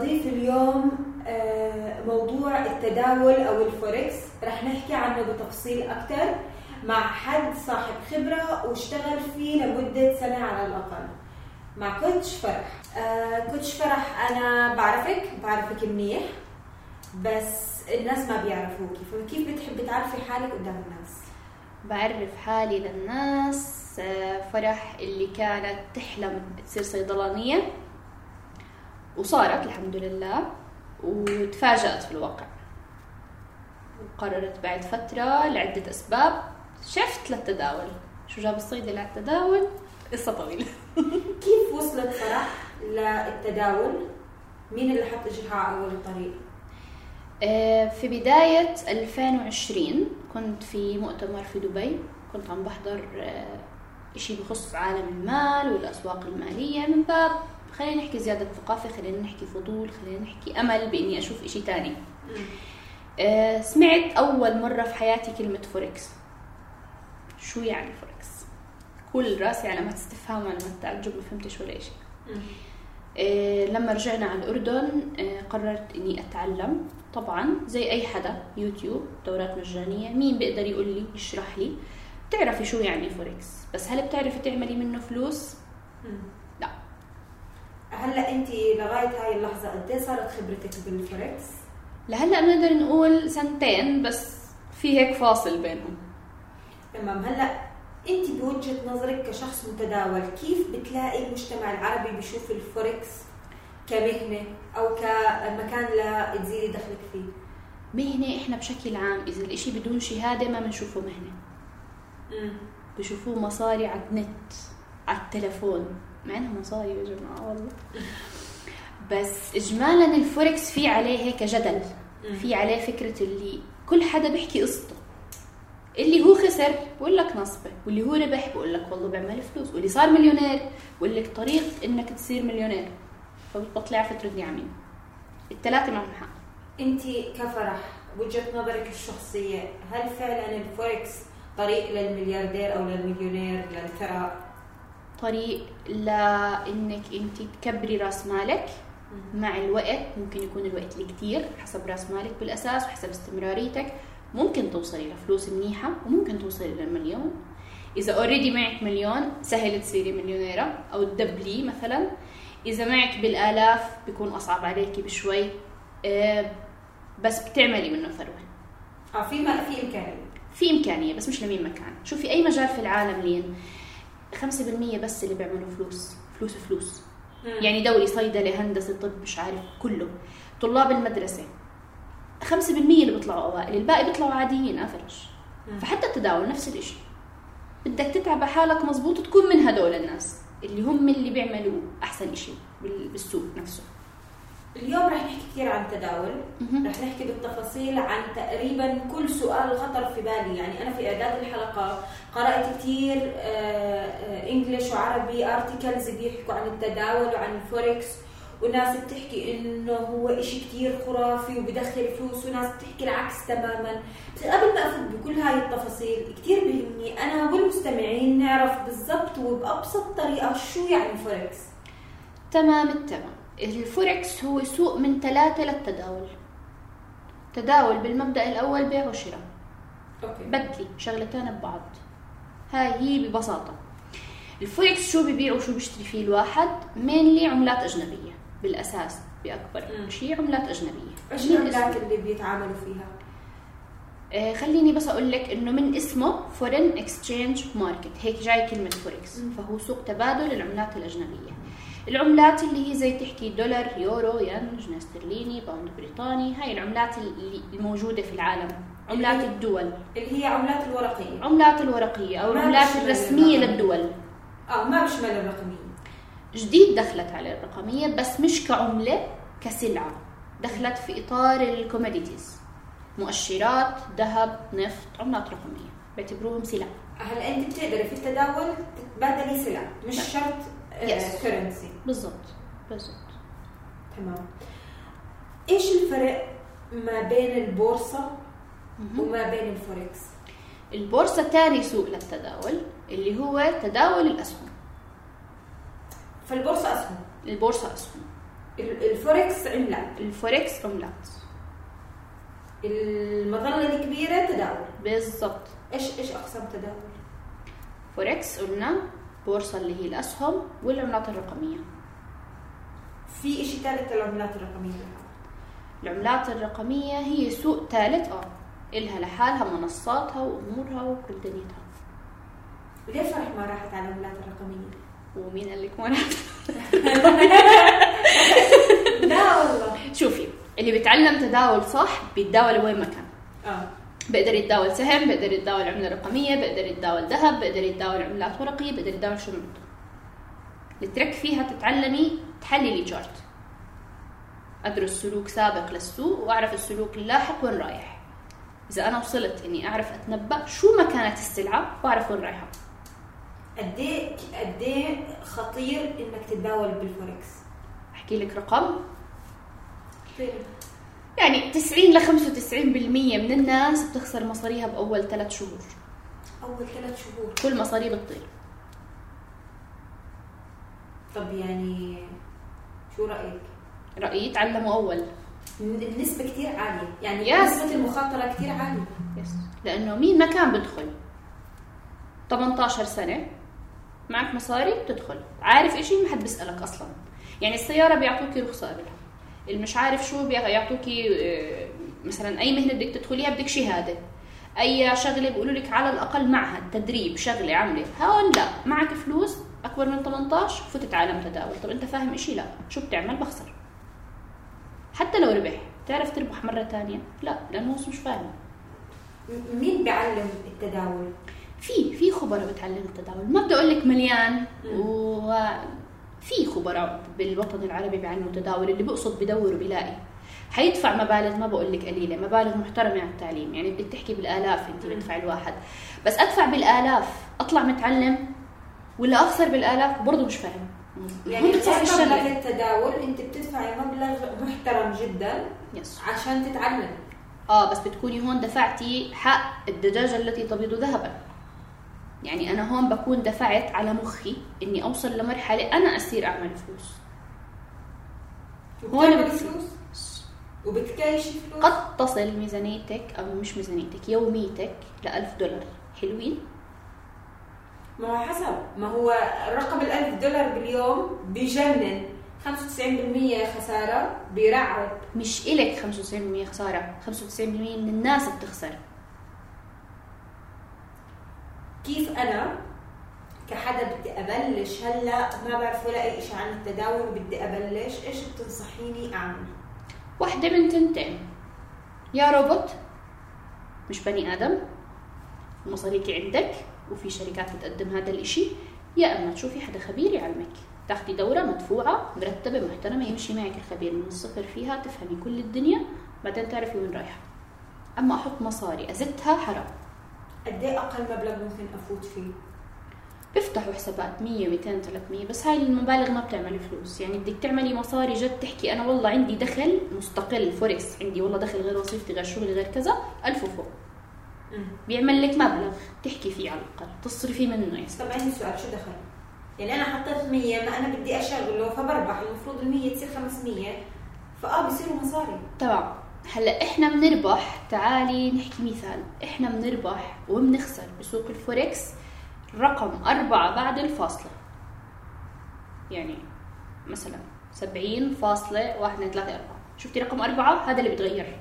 أضيف اليوم موضوع التداول أو الفوركس. رح نحكي عنه بتفصيل أكتر مع حد صاحب خبرة واشتغل فيه لمدة سنة على الأقل، مع كوتش فرح. كوتش فرح أنا بعرفك منيح، بس الناس ما بيعرفوكي، فكيف بتحبي تعرفي حالك قدام الناس؟ بعرف حالي للناس فرح اللي كانت تحلم تصير صيدلانية وصارت الحمد لله، وتفاجأت في الواقع وقررت بعد فترة لعدة أسباب شفت للتداول. شو جاب الصيدلة على التداول؟ قصة طويلة. كيف وصلت فرح للتداول؟ مين اللي حط إجراء على أول الطريق؟ في بداية 2020 كنت في مؤتمر في دبي، كنت عم بحضر إشي بخص عالم المال والأسواق المالية من باب خلينا نحكي زيادة ثقافة، خلينا نحكي فضول، خلينا نحكي أمل بإني أشوف إشي تاني. سمعت أول مرة في حياتي كلمة فوركس. شو يعني فوركس؟ كل راسي علامات استفهام وعلامات تعجب، ما فهمتش ولا إشي. لما رجعنا على الأردن قررت إني أتعلم، طبعا زي أي حدا يوتيوب، دورات مجانية، مين بيقدر يقول لي يشرح لي بتعرفي شو يعني فوركس، بس هل بتعرفي تعملي منه فلوس؟ لا. هلا أنت لغاية هاي اللحظة قد إيه صارت خبرتك بالفوركس؟ لهلا بنقدر نقول 2 بس في هيك فاصل بينهم. تمام. هلا أنت بوجهة نظرك كشخص متداول كيف بتلاقي المجتمع العربي بيشوف الفوركس كمهنة أو كمكان لتزيدي دخلك فيه؟ مهنة إحنا بشكل عام إذا الإشي بدون شهادة ما بنشوفه مهنة. بشوفوه مصاري على النت على التلفون، مع إنها مصاري يا جماعة والله. بس إجمالا الفوركس في عليه هيك جدل، في عليه فكرة اللي كل حدا بيحكي قصته، اللي هو خسر بقول لك نصبه، واللي هو ربح بقول لك والله بعمل فلوس، واللي صار مليونير بقول لك طريق انك تصير مليونير، فبتبطلي عارفه تردي على مين. الثلاثه معهم حق. انت كفرح وجهة نظرك الشخصيه، هل فعلا الفوركس طريق للملياردير او للمليونير للثراء؟ طريق لانك انت تكبري راس مالك مع الوقت. ممكن يكون الوقت الكتير حسب راس مالك بالاساس وحسب استمراريتك، ممكن توصلي لفلوس منيحة وممكن توصلي للمليون. إذا أوريدي معك مليون سهل تصيري مليونيرة أو تدبلي مثلا. إذا معك بالآلاف بيكون أصعب عليكي بشوي، بس بتعملي منه ثروة. في إمكانية بس مش لمين مكان. شوفي أي مجال في العالم لين 5% بس اللي بيعملوا فلوس. يعني دوري صيدلة هندسة طب مش عارف كله. طلاب المدرسة 5% اللي بيطلعوا أوائل، الباقي بيطلعوا عاديين أفرج. فحتى التداول نفس الإشي، بدك تتعب حالك مزبوط تكون من هدول الناس اللي هم اللي بيعملوا أحسن إشي بالسوق نفسه. اليوم رح نحكي كثير عن التداول، رح نحكي بالتفاصيل عن تقريبا كل سؤال خطر في بالي. يعني أنا في إعداد الحلقة قرأت كثير إنجليش وعربي ارتيكلز بيحكوا عن التداول وعن الفوركس، وناس بتحكي إنه هو إشي كتير خرافي وبدخل فلوس، وناس بتحكي العكس تماماً. بس قبل ما أفوت بكل هاي التفاصيل كتير بهمني أنا والمستمعين نعرف بالضبط وبأبسط طريقة شو يعني الفوركس. تمام. الفوركس هو سوق من 3 للتداول. تداول بالمبدأ الأول بيع وشراء، بدلي شغلتين ببعض. هاي هي ببساطة. الفوركس شو بيبيع وشو بيشتري فيه الواحد؟ مينلي عملات أجنبية بالأساس، بأكبر شيء عملات أجنبية. إيش العملات اللي بيتعاملوا فيها؟ خليني بس أقول لك إنه من اسمه Foreign Exchange Market، هيك جاي كلمة فوركس. فهو سوق تبادل العملات الأجنبية. العملات اللي هي زي تحكي دولار، يورو، ين، جنيه استرليني، باوند بريطاني، هاي العملات اللي الموجودة في العالم. عملات الدول اللي هي عملات الورقية أو العملات الرسمية للدول. ما بشمل الرقمية. جديد دخلت على الرقمية بس مش كعملة، كسلعة. دخلت في إطار الكوموديتيز، مؤشرات، ذهب، نفط، عملات رقمية بيعتبروهم سلع. هلا أنت بتقدري في التداول تتبادلي سلع، مش شرط كرنسي. بالضبط. تمام. إيش الفرق ما بين البورصة وما بين الفوركس؟ البورصة تاني سوق للتداول اللي هو تداول الأسهم. فالبورصة أسهم. البورصة أسهم. الفوركس عملات. الفوركس عملات. المظلة الكبيرة تداول. بالضبط. ايش اقسام تداول؟ فوركس قلنا بورصة اللي هي الأسهم والعملات الرقمية. في إشي ثالث العملات الرقمية لها؟ العملات الرقمية هي سوق ثالث إلها لحالها منصاتها وأمورها وكل دنيتها. ليه فرح ما راحت على العملات الرقمية؟ ومين قال لك ما راحت؟ لا والله. شوفي، اللي بيتعلم تداول صح بيتداول وين ما كان. بقدر يتداول سهم، بقدر يتداول عملة رقمية، بقدر يتداول ذهب، بقدر يتداول عملات ورقية، بقدر يتداول شو بده. الترك فيها تتعلمي تحللي جارت، أدرس سلوك سابق للسوق وأعرف السلوك اللاحق وين رايح. إذا أنا وصلت إني أعرف أتنبأ شو ما كانت السلعة وأعرف وين رايحة. قديه خطير إنك تتداول بالفوركس؟ أحكي لك رقم. يعني 90 ل 95% من الناس بتخسر مصاريها بأول 3 شهور. أول 3 شهور كل مصاري بتطير. طب يعني شو رأيك؟ رأيي تعلموا أول. النسبة كتير عالية، يعني نسبة المخاطرة كتير عالية. لأنه مين ما كان بدخل 18 سنة معك مصاري بتدخل، عارف إشي ما حد بيسألك أصلا. يعني السيارة بيعطوكي رخصة قبلها، اللي مش عارف شو بيعطوكي مثلا أي مهنة بدك تدخليها بدك شهادة، أي شغلة بيقولوا لك على الأقل معهد تدريب شغلة عملة. هون لا، معك فلوس أكبر من 18 فتت عالم تداول. طب أنت فاهم إشي؟ لا. شو بتعمل؟ بخسر. حتى لو ربح تعرف تربح مرة تانية؟ لا، لأنه مش فاهم. مين بيعلم التداول؟ في خبراء بتعلم التداول، ما بدي أقول لك مليان، وفي خبراء بالوطن العربي بيعلموا التداول. اللي بقصد بدور وبيلاقي، حيدفع مبالغ، ما بقول لك قليلة، مبالغ محترمة على التعليم. يعني بدك تحكي بالآلاف أنت بدفع الواحد، بس أدفع بالآلاف أطلع متعلم ولا أخسر بالآلاف برضو مش فاهم. يعني مبلغ التداول انت بتدفعي مبلغ محترم جدا عشان تتعلم. بس بتكوني هون دفعتي حق الدجاجة التي تبيض ذهبا. يعني انا هون بكون دفعت على مخي اني اوصل لمرحلة انا اصير اعمل فلوس. هون فلوس وبتكايشي فلوس. قد تصل ميزانيتك او مش ميزانيتك، يوميتك $1000. حلوين؟ ما هو حسب، ما هو رقم $1000 باليوم بجنن. 95% خسارة بيرعب. مش إلك 95% خسارة، 95% من الناس بتخسر. كيف أنا كحدا بدي أبلش هلأ ما بعرف ولا أي شيء عن التداول وبدي أبلش، إيش بتنصحيني أعمل؟ واحدة من تنتين، يا روبوت مش بني آدم مصاريكي عندك وفي شركات بتقدم هذا الاشي، يا اما تشوفي حدا خبير يعلمك، تاخدي دورة مدفوعة مرتبة محترمة يمشي معك الخبير من الصفر فيها، تفهمي كل الدنيا بعدين تعرفي وين رايحة. اما احط مصاري ازتها حرام. قد ايه اقل مبلغ ممكن افوت فيه؟ بيفتحوا حسابات 100 200 300، بس هاي المبالغ ما بتعملي فلوس. يعني بدك تعملي مصاري جد تحكي انا والله عندي دخل مستقل فوركس، عندي والله دخل غير وظيفتي غير شغلي غير كذا، 1000 وفوق. بيعمل لك مبلغ تحكي فيه على الأقل تصرفي منه. طب عندي سؤال، شو دخل؟ يعني أنا حطيت 100 ما أنا بدي أشغله فبربح، المفروض 100 تصير 500 بيصيروا مصاري. تمام. هلا إحنا بنربح، تعالي نحكي مثال، إحنا بنربح وبنخسر بسوق الفوركس رقم 4 بعد الفاصلة. يعني مثلا 70.134. شفتي رقم 4 هذا اللي بتغير.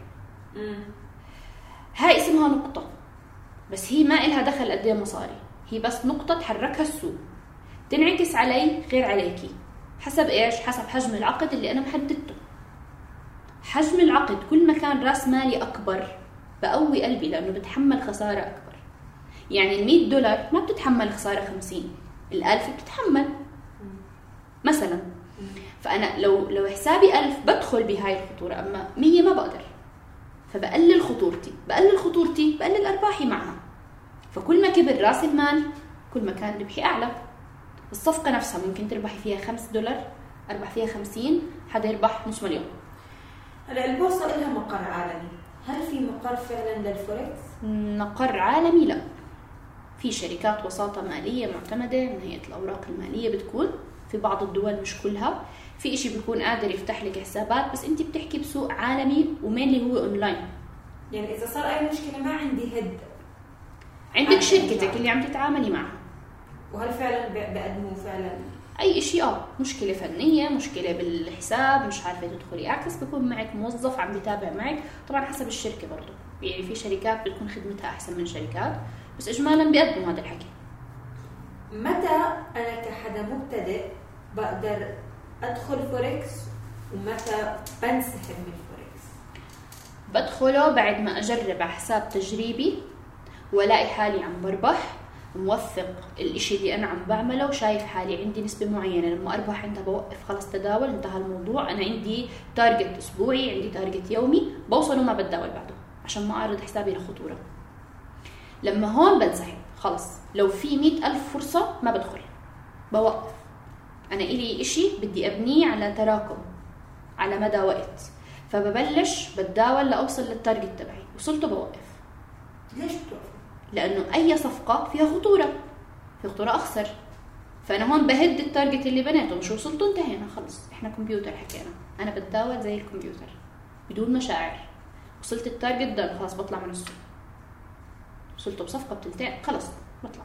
هاي اسمها نقطة، بس هي ما إلها دخل قد ايه مصاري، هي بس نقطة تحركها السوق، تنعكس علي غير عليكي. حسب ايش؟ حسب حجم العقد اللي انا محددته. حجم العقد كل ما كان راس مالي اكبر بقوي قلبي، لانه بتحمل خسارة اكبر. يعني $100 ما بتتحمل خسارة 50، 1000 بتتحمل مثلا. فانا لو حسابي 1000 بدخل بهاي الخطورة، اما 100 ما بقدر، فبقلل خطورتي، بقلل أرباحي معها. فكل ما كبر رأس المال كل ما كان ربحي أعلى. الصفقة نفسها ممكن تربحي فيها $5 أربح فيها 50، حدا يربح $500,000. هلا البورصة لها مقر عالمي، هل في مقر فعلا للفوركس؟ مقر عالمي لا، في شركات وساطة مالية معتمدة من هيئة الأوراق المالية بتكون في بعض الدول مش كلها. في إشي بيكون قادر يفتح لك حسابات، بس أنت بتحكي بسوق عالمي ومين هو أونلاين. يعني إذا صار أي مشكلة ما عندي هد، عندك شركتك اللي عم تتعاملي معها، وهل فعلا بقدموا فعلا اي شيء مشكله فنيه، مشكله بالحساب، مش عارفه تدخلي اكسس، بيكون معك موظف عم بيتابع معك. طبعا حسب الشركه برضه، يعني في شركات بتكون خدمتها احسن من شركات، بس اجمالا بيقدموا هذا الحكي. متى انا كحدا مبتدئ بقدر ادخل فوركس ومتى بنسحب من الفوركس؟ بدخله بعد ما اجرب على حساب تجريبي والاقي حالي عم بربح، موثق الاشي اللي انا عم بعمله وشايف حالي عندي نسبة معينة، لما اربح عندها بوقف، خلص تداول، انتهى الموضوع. انا عندي تارجت اسبوعي، عندي تارجت يومي، بوصل وما بتداول بعده عشان ما اعرض حسابي لخطورة. لما هون بنسحب خلص، لو في 100,000 فرصة ما بدخل، بوقف. انا الي اشي بدي ابنيه على تراكم على مدى وقت، فببلش بتداول لاوصل للتارجت تبعي، وصلته بوقف. ليش بتوقف؟ لأنه أي صفقة فيها خطورة، في خطورة أخسر. فأنا هون بهد التارجت اللي بنيته، مش وصلته انتهينا خلص، إحنا كمبيوتر حكينا، أنا بتداول زي الكمبيوتر بدون مشاعر. وصلت التارجت ده خلاص بطلع من السوق، وصلته بصفقة بتلتين خلاص بطلع.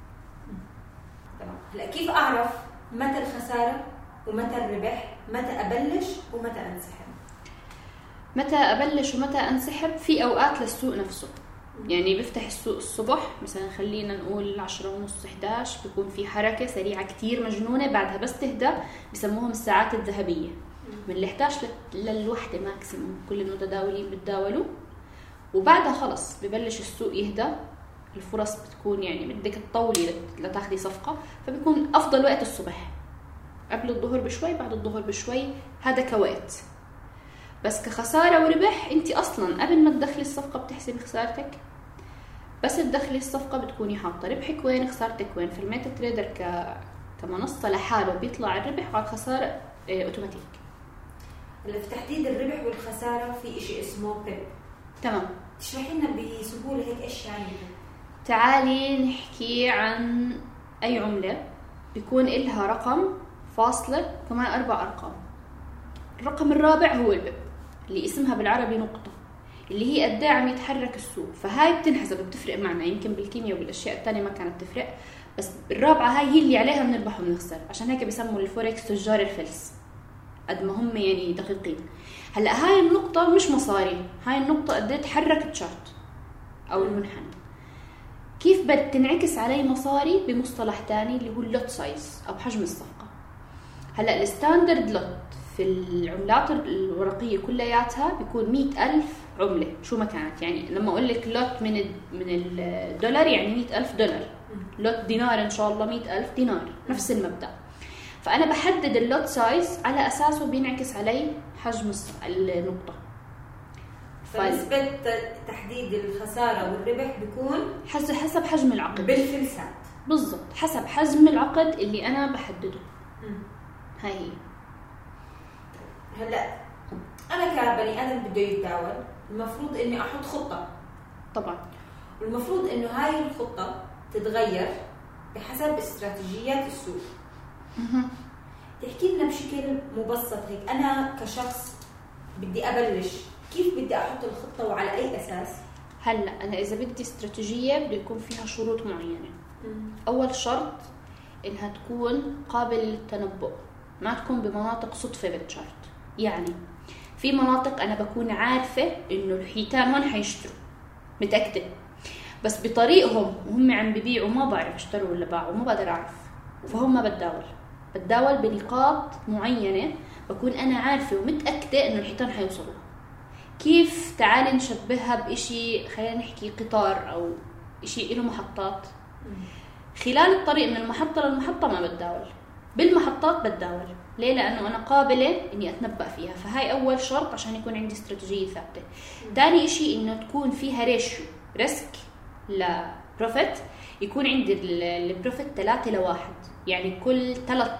تمام. هلا كيف أعرف متى الخسارة ومتى الربح، متى أبلش ومتى أنسحب؟ متى أبلش ومتى أنسحب؟ في أوقات للسوق نفسه، يعني بفتح السوق الصبح مثلا، خلينا نقول 10:30 11، بيكون في حركة سريعة كتير مجنونة، بعدها بس تهدى، بسموهم الساعات الذهبية، من 11 للوحدة ماكسيموم كل المتداولين بتداولوا، وبعدها خلص ببلش السوق يهدى، الفرص بتكون يعني بدك تطولي لتاخدي صفقة، فبيكون أفضل وقت الصبح، قبل الظهر بشوي بعد الظهر بشوي، هذا كوقت. بس كخسارة وربح، انت اصلا قبل ما تدخلي الصفقة بتحسبي خسارتك، بس تدخلي الصفقة بتكوني حاطة ربحك وين خسارتك وين. في الميتا تريدر كمنصة لحاله بيطلع الربح وعلى الخسارة اوتوماتيك. هلا في تحديد الربح والخسارة في اشي اسمه بيب، تمام، تشرحي لنا بسهولة هيك ايش يعني؟ تعالي نحكي عن اي عملة بيكون إلها رقم فاصلة كمان 4 أرقام. الرقم الرابع هو البيب، اللي اسمها بالعربي نقطة، اللي هي قد ايه عم يتحرك السوق، فهاي بتنحسب وبتفرق معنا. يمكن بالكيمياء وبالاشياء الثانيه ما كانت تفرق، بس الرابعه هاي هي اللي عليها بنربح وبنخسر، عشان هيك بيسموا الفوركس تجار الفلس، قد ما هم يعني دقيقين. هلا هاي النقطه مش مصاري، هاي النقطه قد ايه تحرك الشارت او المنحنى. كيف بتنعكس عليه مصاري؟ بمصطلح ثاني اللي هو اللوت سايز او حجم الصفقه. هلا الستاندرد لوت في العملات الورقية كلياتها بيكون 100,000 عملة شو ما كانت. يعني لما أقول لك لوت من الدولار يعني 100,000 دولار، لوت دينار إن شاء الله 100,000 دينار، نفس المبدأ. فأنا بحدد اللوت سايز على أساسه بينعكس علي حجم النقطة. فنسبة تحديد الخسارة والربح بيكون حسب حجم العقد بالفلسات بالضبط، حسب حجم العقد اللي أنا بحدده. هاي هي. هلا انا كبني ادم بده يتداول، المفروض اني احط خطه طبعا، والمفروض انه هاي الخطه تتغير بحسب استراتيجيات السوق. تحكي لنا بشكل مبسط هيك، انا كشخص بدي ابلش كيف بدي احط الخطه وعلى اي اساس؟ هلا انا اذا بدي استراتيجيه بده يكون فيها شروط معينه. اول شرط انها تكون قابله للتنبؤ، ما تكون بمناطق صدفه بالشارت. يعني في مناطق انا بكون عارفه انه الحيتان هون حيشتروا، متاكده، بس بطريقهم وهم عم ببيعوا ما بعرف اشتروا ولا باعوا، ما بقدر اعرف، فهم ما بتداول بنقاط معينه بكون انا عارفه ومتاكده انه الحيتان حيوصلوا. كيف؟ تعالي نشبهها بإشي، خلينا نحكي قطار او إشي له محطات. خلال الطريق من المحطه للمحطه ما بتداول، بالمحطات بتداول. ليه؟ لأنه أنا قابلة إني أتنبأ فيها. فهاي أول شرط عشان يكون عندي استراتيجية ثابتة. تاني إشي إنه تكون فيها ريشيو ريسك لبروفيت، يكون عندي البروفيت 3:1، يعني كل 3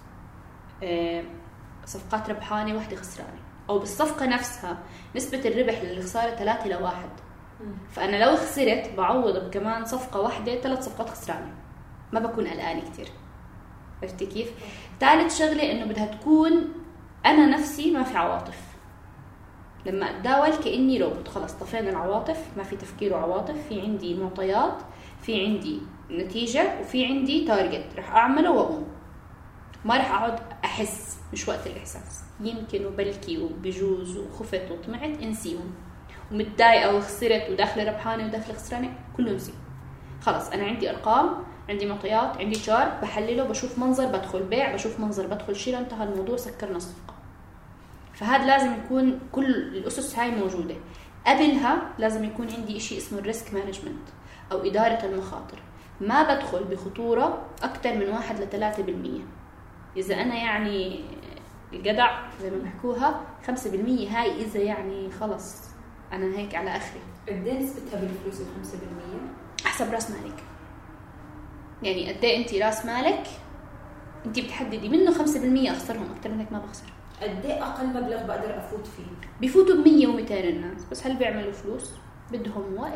صفقات ربحانة واحدة خسرانة، أو بالصفقة نفسها نسبة الربح للخسارة 3:1. فأنا لو خسرت بعوض بكمان صفقة واحدة 3 صفقات خسرانة، ما بكون قلقانة كتير. عرفتي كيف؟ ثالث شغلة إنه بدها تكون أنا نفسي ما في عواطف. لما أتداول كأني روبوت، خلاص طفينا العواطف، ما في تفكير وعواطف، في عندي معطيات، في عندي نتيجة، وفي عندي تارجت رح أعمله وأقوم. ما رح أقعد أحس، مش وقت الإحساس. يمكن وبلكي وبجوز وخفت وطمعت انسيهم، ومتضايقة وخسرت وداخلة ربحانة وداخلة خسرانة، كله انسي. خلاص أنا عندي أرقام، عندي معطيات، عندي شارت بحلله، بشوف منظر بدخل بيع، بشوف منظر بدخل شراء، انتهى الموضوع، سكرنا الصفقة. فهذا لازم يكون كل الأسس هاي موجودة. قبلها لازم يكون عندي شيء اسمه الريسك مانجمنت أو إدارة المخاطر. ما بدخل بخطورة أكثر من 1 ل 3%. إذا أنا يعني الجدع زي ما بحكوها 5%، هاي إذا يعني خلص أنا هيك على آخري. قد ايه نسبتها بالفلوس ال 5%؟ حسب راس مالك. يعني قد ايه انت راس مالك انت بتحددي منه 5%. اخسرهم اكثر من هيك ما بخسر. قد ايه اقل مبلغ بقدر افوت فيه؟ بيفوتوا ب100 و200 الناس، بس هل بيعملوا فلوس؟ بدهم وقت.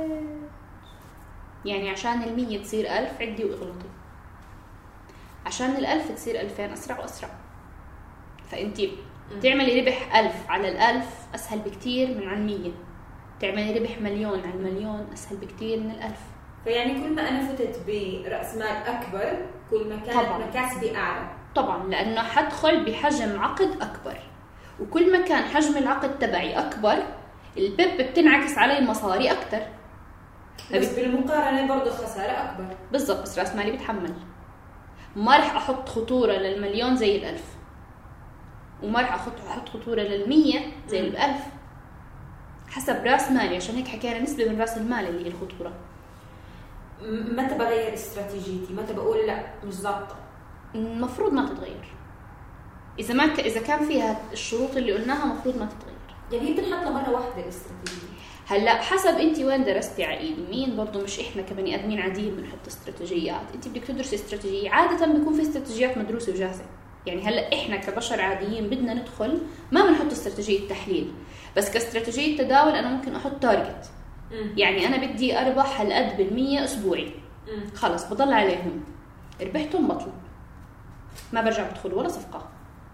يعني عشان ال100 تصير 1000 عدي واغلطي، عشان ال1000 تصير 2000 اسرع واسرع. فانت تعملي ربح 1000 على ال1000 اسهل بكتير من على 100. تعملي ربح 1,000,000 على 1,000,000 اسهل بكتير من ال1000. فيعني كل ما أنا فتت برأس مال أكبر كل ما كانت مكاسبي أعلى. طبعا، لأنه حدخل بحجم عقد أكبر، وكل ما كان حجم العقد تبعي أكبر البيب بتنعكس علي المصاري أكتر. بس بالمقارنة برضو خسارة أكبر. بالضبط، بس رأس مالي بتحمل. ما رح أحط خطورة لل1,000,000 زي ال1000، وما رح أحط خطورة لل100 زي ال1000. حسب رأس مالي. عشان هيك حكينا نسبة من رأس المال اللي هي الخطورة. متى بغير استراتيجيتي؟ متى بقول لا مش ضابطة؟ المفروض ما تتغير. إذا كان فيها الشروط اللي قلناها مفروض ما تتغير. يعني هي بتنحط لمرة واحدة الاستراتيجية. هلا حسب انت وين درستي عقيد مين. برضو مش احنا كبني ادمين عاديين بنحط استراتيجيات. انت بدك تدرسي استراتيجية، عادة بيكون في استراتيجيات مدروسة وجاهزة. يعني هلا احنا كبشر عاديين بدنا ندخل ما بنحط استراتيجية تحليل، بس كاستراتيجية تداول انا ممكن احط تارجت. يعني انا بدي اربح هالقد بالمية اسبوعي، خلص بضل عليهم، ربحتهم بطل، ما برجع بدخل ولا صفقة.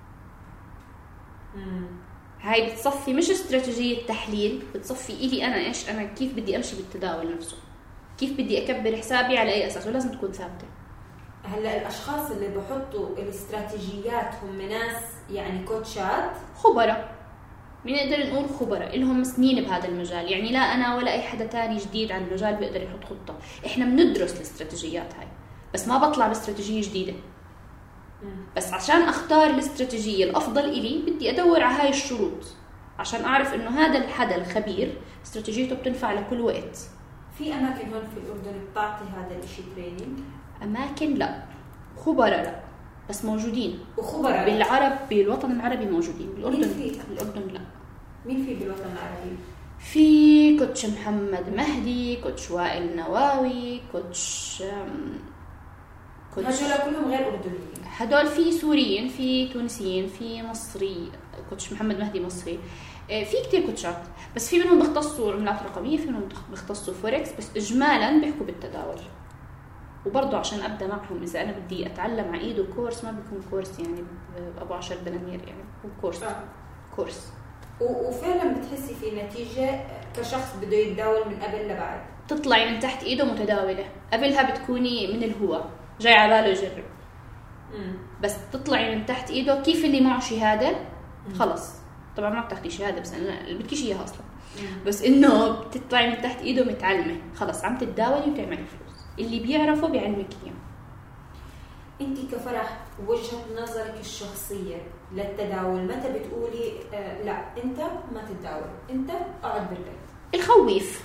هاي بتصفي مش استراتيجية تحليل، بتصفي إلي أنا إيش أنا كيف بدي أمشي بالتداول نفسه، كيف بدي أكبر حسابي على أي أساس، ولازم تكون ثابتة. هلا الأشخاص اللي بحطوا الاستراتيجيات هم ناس يعني كوتشات خبراء، بنقدر نقول خبراء إلهم سنين بهذا المجال. يعني لا أنا ولا أي حدا تاني جديد عن المجال بيقدر يحط خطة. إحنا بندرس الاستراتيجيات هاي، بس ما بطلع باستراتيجية جديدة. بس عشان أختار الاستراتيجية الأفضل إلي بدي أدور على هاي الشروط عشان أعرف إنه هذا الحدا الخبير استراتيجيته بتنفع لكل وقت. في أماكن هون في الأردن بتعطي هذا الشيء تريننج؟ أماكن لا، خبراء لا، بس موجودين. وخبراء بالعرب بالوطن العربي موجودين. بالأردن لا. مين في بالوطن العربي؟ في كوتش محمد مهدي، كوتش وائل نواوي، كوتش هدول كلهم غير أردنيين. هدول في سوريين، في تونسيين، في مصري. كوتش محمد مهدي مصري. في كتير كوتشات، بس في منهم بيختصوا عملات رقمية، في منهم بيختصوا فوركس، بس إجمالا بيحكوا بالتداول. وبرضه عشان أبدأ معهم إذا أنا بدي أتعلم على إيده كورس، ما بيكون كورس يعني أبو 10 دنانير، يعني هو كورس. كورس. وفعلا بتحسي في نتيجة كشخص بده يتداول من قبل لبعد؟ تطلعي من تحت إيده متداولة. قبلها بتكوني من الهوى جاي على باله يجرب، بس تطلعي من تحت ايده. كيف اللي معه شهاده خلص، طبعا ما بتاخدي شهاده بس انا اللي بدكيش اياها اصلا، بس انه بتطلعي من تحت ايده متعلمه، خلص عم تتداولي وتعملي فلوس. اللي بيعرفه بيعلمك اياه. انت كفرح وجهه نظرك الشخصيه للتداول، متى بتقولي لا انت ما تتداول، انت اقعد بالبيت؟ الخويف،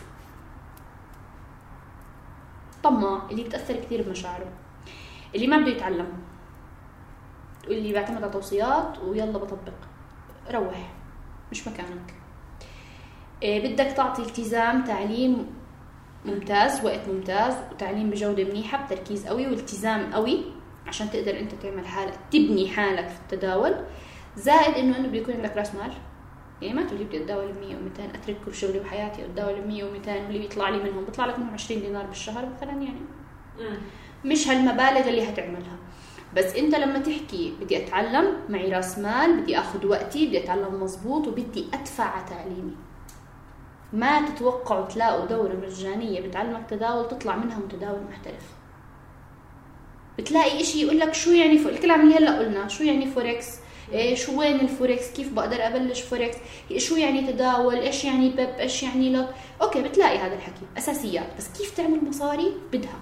طماع، اللي بتاثر كثير بمشاعره، اللي ما بده يتعلم، واللي بيعتمد على توصيات ويلا بطبق. روح، مش مكانك. بدك تعطي التزام، تعليم ممتاز، وقت ممتاز، وتعليم بجودة منيحة بتركيز قوي والتزام قوي عشان تقدر انت تعمل حالك، تبني حالك في التداول. زائد انه بده يكون عندك راس مال. يعني ما تقولي بدي اتداول 100 و200 اترك كل شغلي وحياتي واتداول 100 و200 واللي بيطلع لي منهم بيطلع لك منهم 20 دينار بالشهر مثلا. يعني مش هالمبالغ اللي هتعملها. بس انت لما تحكي بدي اتعلم معي راس مال، بدي اخذ وقتي، بدي اتعلم مزبوط وبدي ادفع على تعليمي، ما تتوقعوا تلاقوا دورة مجانية بتعلمك تداول تطلع منها متداول محترف. بتلاقي اشي يقول لك شو يعني الكلام اللي هلا قلنا، شو يعني فوركس، شو وين الفوركس، كيف بقدر ابلش فوركس، شو يعني تداول، ايش يعني بيب، ايش يعني لوت. اوكي بتلاقي هذا الحكي اساسيات، بس كيف تعمل مصاري بدها.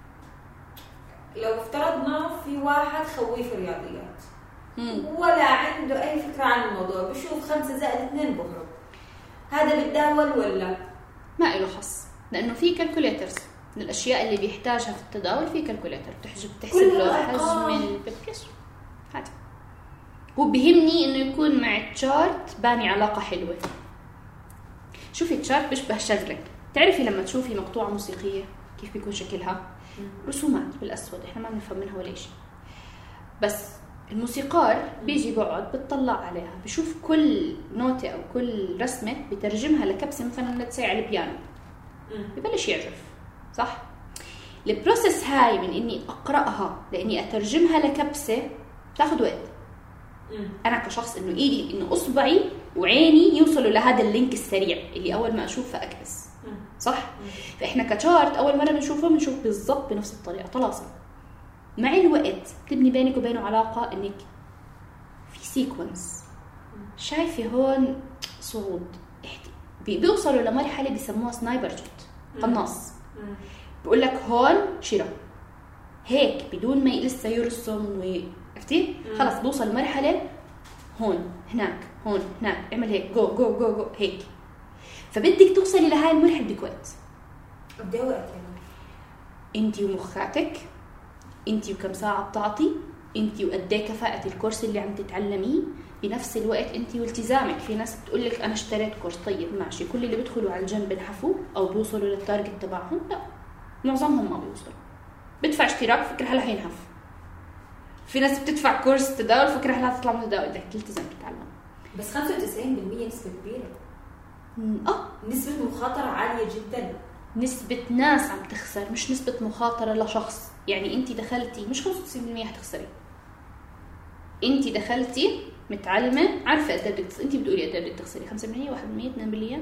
لو افترضنا في واحد خويف رياضيات ولا عنده اي فكره عن الموضوع، بشوف 5+2 بهرب، هذا بتداول ولا ما له خص؟ لانه في كالكوليترز الاشياء اللي بيحتاجها في التداول، في كالكوليتر بتحسب له حجم البيبكس. هذا وبهمني انه يكون مع التشارت باني علاقه حلوه. شوفي التشارت بيشبه شغلك، تعرفي لما تشوفي مقطوعه موسيقيه كيف بيكون شكلها؟ رسومات بالاسود، احنا ما بنفهم منها ولا شيء، بس الموسيقار بيجي بقعد بتطلع عليها، بشوف كل نوتة او كل رسمه بترجمها لكبسه مثلا لتسي على البيانو، ببلش يعزف صح. البروسيس هاي من اني اقراها لاني اترجمها لكبسه تاخذ وقت. انا كشخص انه ايدي انه اصبعي وعيني يوصلوا لهذا اللينك السريع اللي اول ما اشوفه اكبس صح. فاحنا كشارت اول مره بنشوف بالضبط بنفس الطريقه طلاسم. مع الوقت تبني بينك وبينه علاقه انك في سيكونس. شايفه هون صعود بيوصلوا لمرحله بيسموها سنايبر جت، قناص. بقول لك هون شراء هيك بدون ما لسه يرسم عرفتي؟ خلص بوصل مرحله هون هناك هون هناك، اعمل هيك جو جو جو جو هيك. فبدك توصلي لهاي المرحله بدك وقت. قد ايه وقت يعني؟ انت ومخاتك، انت وكم ساعه بتعطي، انت وقد ايه كفاءه الكورس اللي عم تتعلميه، بنفس الوقت انت والتزامك. في ناس بتقول لك انا اشتريت كورس، طيب ماشي، كل اللي بيدخلوا على الجنب بنحفوا او بيوصلوا للتارجت تبعهم؟ لا، معظمهم ما بيوصلوا. بدفع اشتراك فكره هلا حينحف. في ناس بتدفع كورس تداول فكره هلا تطلع متداول، بدك تلتزم تتعلم. بس 95% نسبه كبيره. نسبه مخاطره عاليه جدا. نسبه ناس عم تخسر، مش نسبه مخاطره لشخص. يعني انت دخلتي مش 95% حتخسري، انت دخلتي متعلمه عارفه قد ايه بدك انت بتقولي قد ايه بدك تخسري، 5%، 1%، 2%.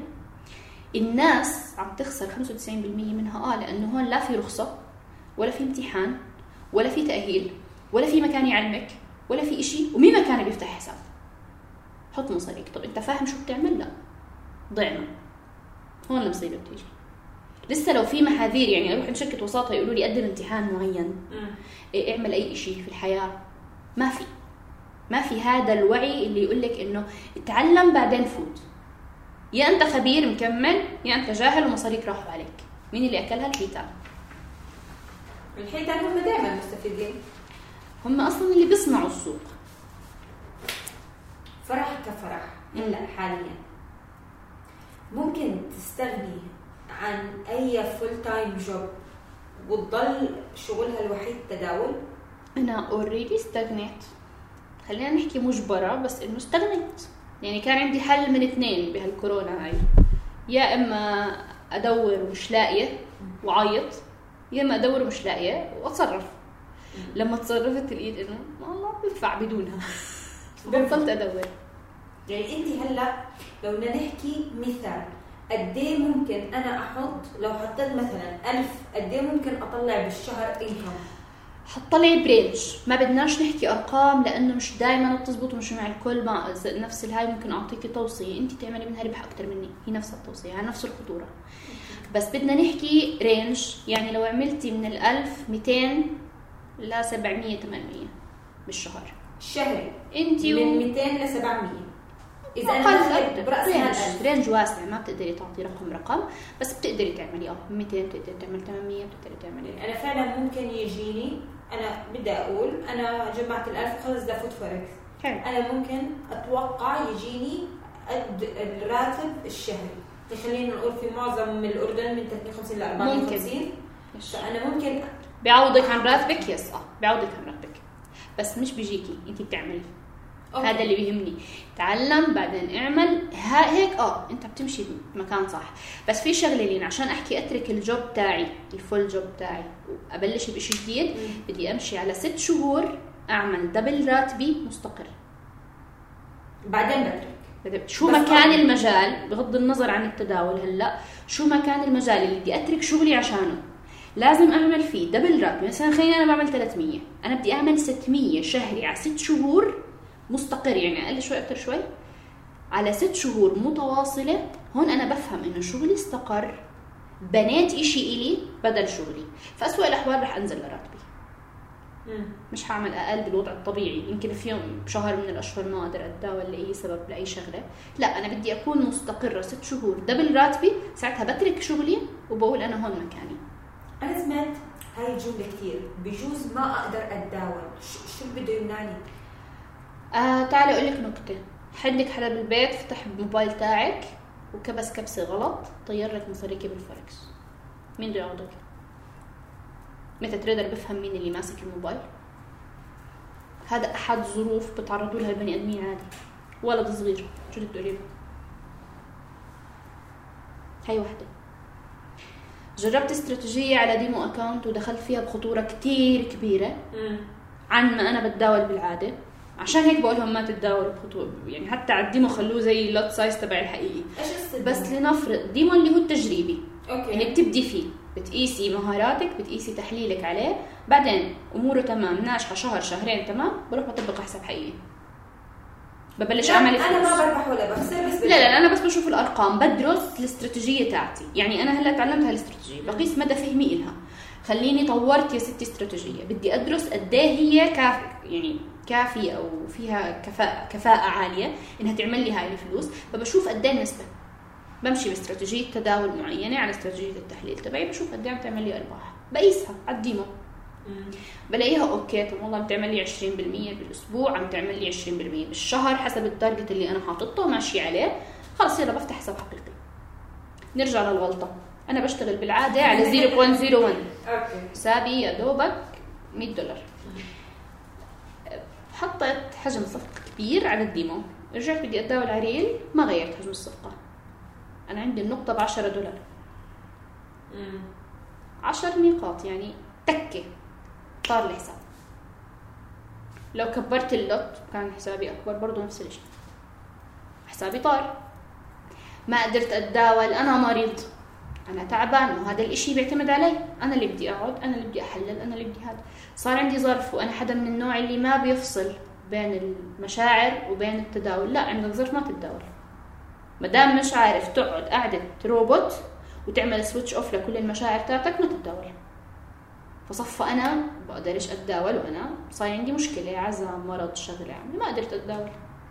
الناس عم تخسر 95% منها لانه هون لا في رخصه ولا في امتحان ولا في تاهيل ولا في مكان يعلمك ولا في إشي، ومين مكانه بيفتح حساب. حط مصاريك. طب انت فاهم شو بتعمل؟ لا، ضعنا. هون المصيبه بتيجي. لسه لو في محاذير، يعني اروح عند شركه وساطه يقولوا لي قدم امتحان معين، اعمل اي إشي في الحياه، ما في هذا الوعي اللي يقول لك انه اتعلم بعدين فوت. يا انت خبير مكمل يا انت جاهل ومصاريك راحوا عليك. مين اللي اكلها؟ الحيتان هم دائما مستفيدين، هم اصلا اللي بيصنعوا السوق. فرح كفرح هلا حاليا ممكن تستغني عن اي فول تايم جوب وتضل شغلها الوحيد تداول؟ انا اوريدي استغنيت، خلينا نحكي مجبره، بس انه استغنيت. يعني كان عندي حل من 2 بهالكورونا هاي، يا اما ادور ومش لاقيه وعيط، يا اما ادور ومش لاقيه واتصرف. لما تصرفت لقيت انه والله بنفع بدونها بطلت ادور. يعني انت هلا لو بدنا نحكي مثال، قد ايه ممكن انا احط، لو حطيت مثلا 1000 قد ايه ممكن اطلع بالشهر انكم؟ حطلي برينج، ما بدناش نحكي ارقام لانه مش دائما بتزبط ومش مع الكل. مع نفس الهاي ممكن اعطيكي توصيه انت تعملي منها ربح اكثر مني، هي نفس التوصيه على نفس الخطوره، بس بدنا نحكي رينج. يعني لو عملتي من 1200 ل 700 800 بالشهر الشهري، انت من 200 ل 700. اذا انا براس رينج واسع، ما بتقدري تعطي رقم، بس بتقدري تعملي 200 بتقدري تعملي 800 بتقدري تعملي. انا فعلا ممكن يجيني، انا بدي اقول انا جمعت 1000 خلص بدي افوت فوركس، انا ممكن اتوقع يجيني قد الراتب الشهري. خلينا نقول في معظم الاردن من 53 ل 54. فانا ممكن بيعوضك عن راتبك. يس بيعوضك عن راتبك، بس مش بيجيكي انت بتعملي. هذا اللي بيهمني. تعلم بعدين اعمل هيك. انت بتمشي بمكان صح. بس في شغله لي عشان احكي اترك الجوب تاعي، الفول جوب تاعي، وابلش بشيء جديد، بدي امشي على 6 شهور اعمل دبل راتبي مستقر، بعدين بترك. شو ما كان المجال بغض النظر عن التداول، هلا شو ما كان المجال اللي بدي اترك شغلي عشانه لازم اعمل فيه دبل راتبي. مثلا خلينا انا بعمل 300، انا بدي اعمل 600 شهري على 6 شهور مستقر، يعني اقل شوي اكثر شوي على 6 شهور متواصله. هون انا بفهم انه شغلي استقر، بنيت اشي الي بدل شغلي. فاسوأ الاحوال رح انزل لراتبي، مش هعمل اقل بالوضع الطبيعي. يمكن في يوم بشهر من الاشهر ما اقدر اتداول لاي سبب لاي شغله، لا انا بدي اكون مستقره 6 شهور دبل راتبي. ساعتها بترك شغلي وبقول انا هون مكاني. انا سمعت هاي الجمله كثير، بجوز ما اقدر اتداول. شو بده يمنعني؟ تعالي اقول لك نكته. حدك حدا بالبيت فتح الموبايل تاعك وكبس كبسه غلط، طير لك مصاريكي بالفوركس، مين بده يعوضك؟ متى تريدر بفهم مين اللي ماسك الموبايل؟ هذا احد ظروف بتعرضوا لها البني ادمين عادي. ولد صغير شو بدك تقولي له؟ هاي وحده. جربت استراتيجيه على ديمو اكاونت ودخلت فيها بخطوره كتير كبيره عن ما انا بتداول بالعاده. عشان هيك بقولهم ما تتداولوا بخطوره، يعني حتى على الديمو خلوه زي اللوت سايز تبع الحقيقي. بس لنفرض ديمو اللي هو التجريبي، يعني بتبدي فيه، بتقيسي مهاراتك، بتقيسي تحليلك عليه، بعدين اموره تمام ناجحه شهر شهرين تمام، بروح بطبق حساب حقيقي، ببلش اعمل فلوس. انا ما بربح ولا بخسر، بس لا انا بس بشوف الارقام، بدرس الاستراتيجيه تاعتي. يعني انا هلا تعلمت هالاستراتيجيه، بقيس مدى فهمي إلها. خليني طورت يا ستي استراتيجيه، بدي ادرس قد ايه هي يعني كافيه او فيها كفاءه عاليه انها تعمل لي هاي الفلوس. فبشوف قد ايه النسبه، بمشي باستراتيجيه تداول معينه على استراتيجيه التحليل تبعي، بشوف قد ايه عم تعمل لي ارباح، بقيسها على الديمو. بلاقيها اوكي طب والله بتعمل لي 20% بالاسبوع، عم تعمل لي 20% بالشهر حسب التارجت اللي انا حاططه وماشي عليه، خلص يلا بفتح حساب حقيقي. نرجع للغلطه. انا بشتغل بالعاده على 0.01 حسابي يا دوبك $100. حطيت حجم صفقه كبير على الديمو، رجعت بدي اتداول على ريل، ما غيرت حجم الصفقه. انا عندي النقطه $10، 10 نقاط يعني تكه طار الحساب. لو كبرت اللوت كان حسابي اكبر، برضو نفس الشيء، حسابي طار. ما قدرت اتداول، انا مريض، انا تعبان، وهذا الاشي بيعتمد علي، انا اللي بدي اقعد، انا اللي بدي احلل، انا اللي بدي هذا. صار عندي ظرف، وانا حدا من النوع اللي ما بيفصل بين المشاعر وبين التداول. لا عندك ظرف ما تتداول، مدام مش عارف تقعد قاعدة روبوت وتعمل سويتش اوف لكل المشاعر تاعتك ما تتداول. فصفى انا بقدرش اتداول، وانا صار عندي مشكله، عزم، مرض، شغله، يعني ما قدرت اتداول.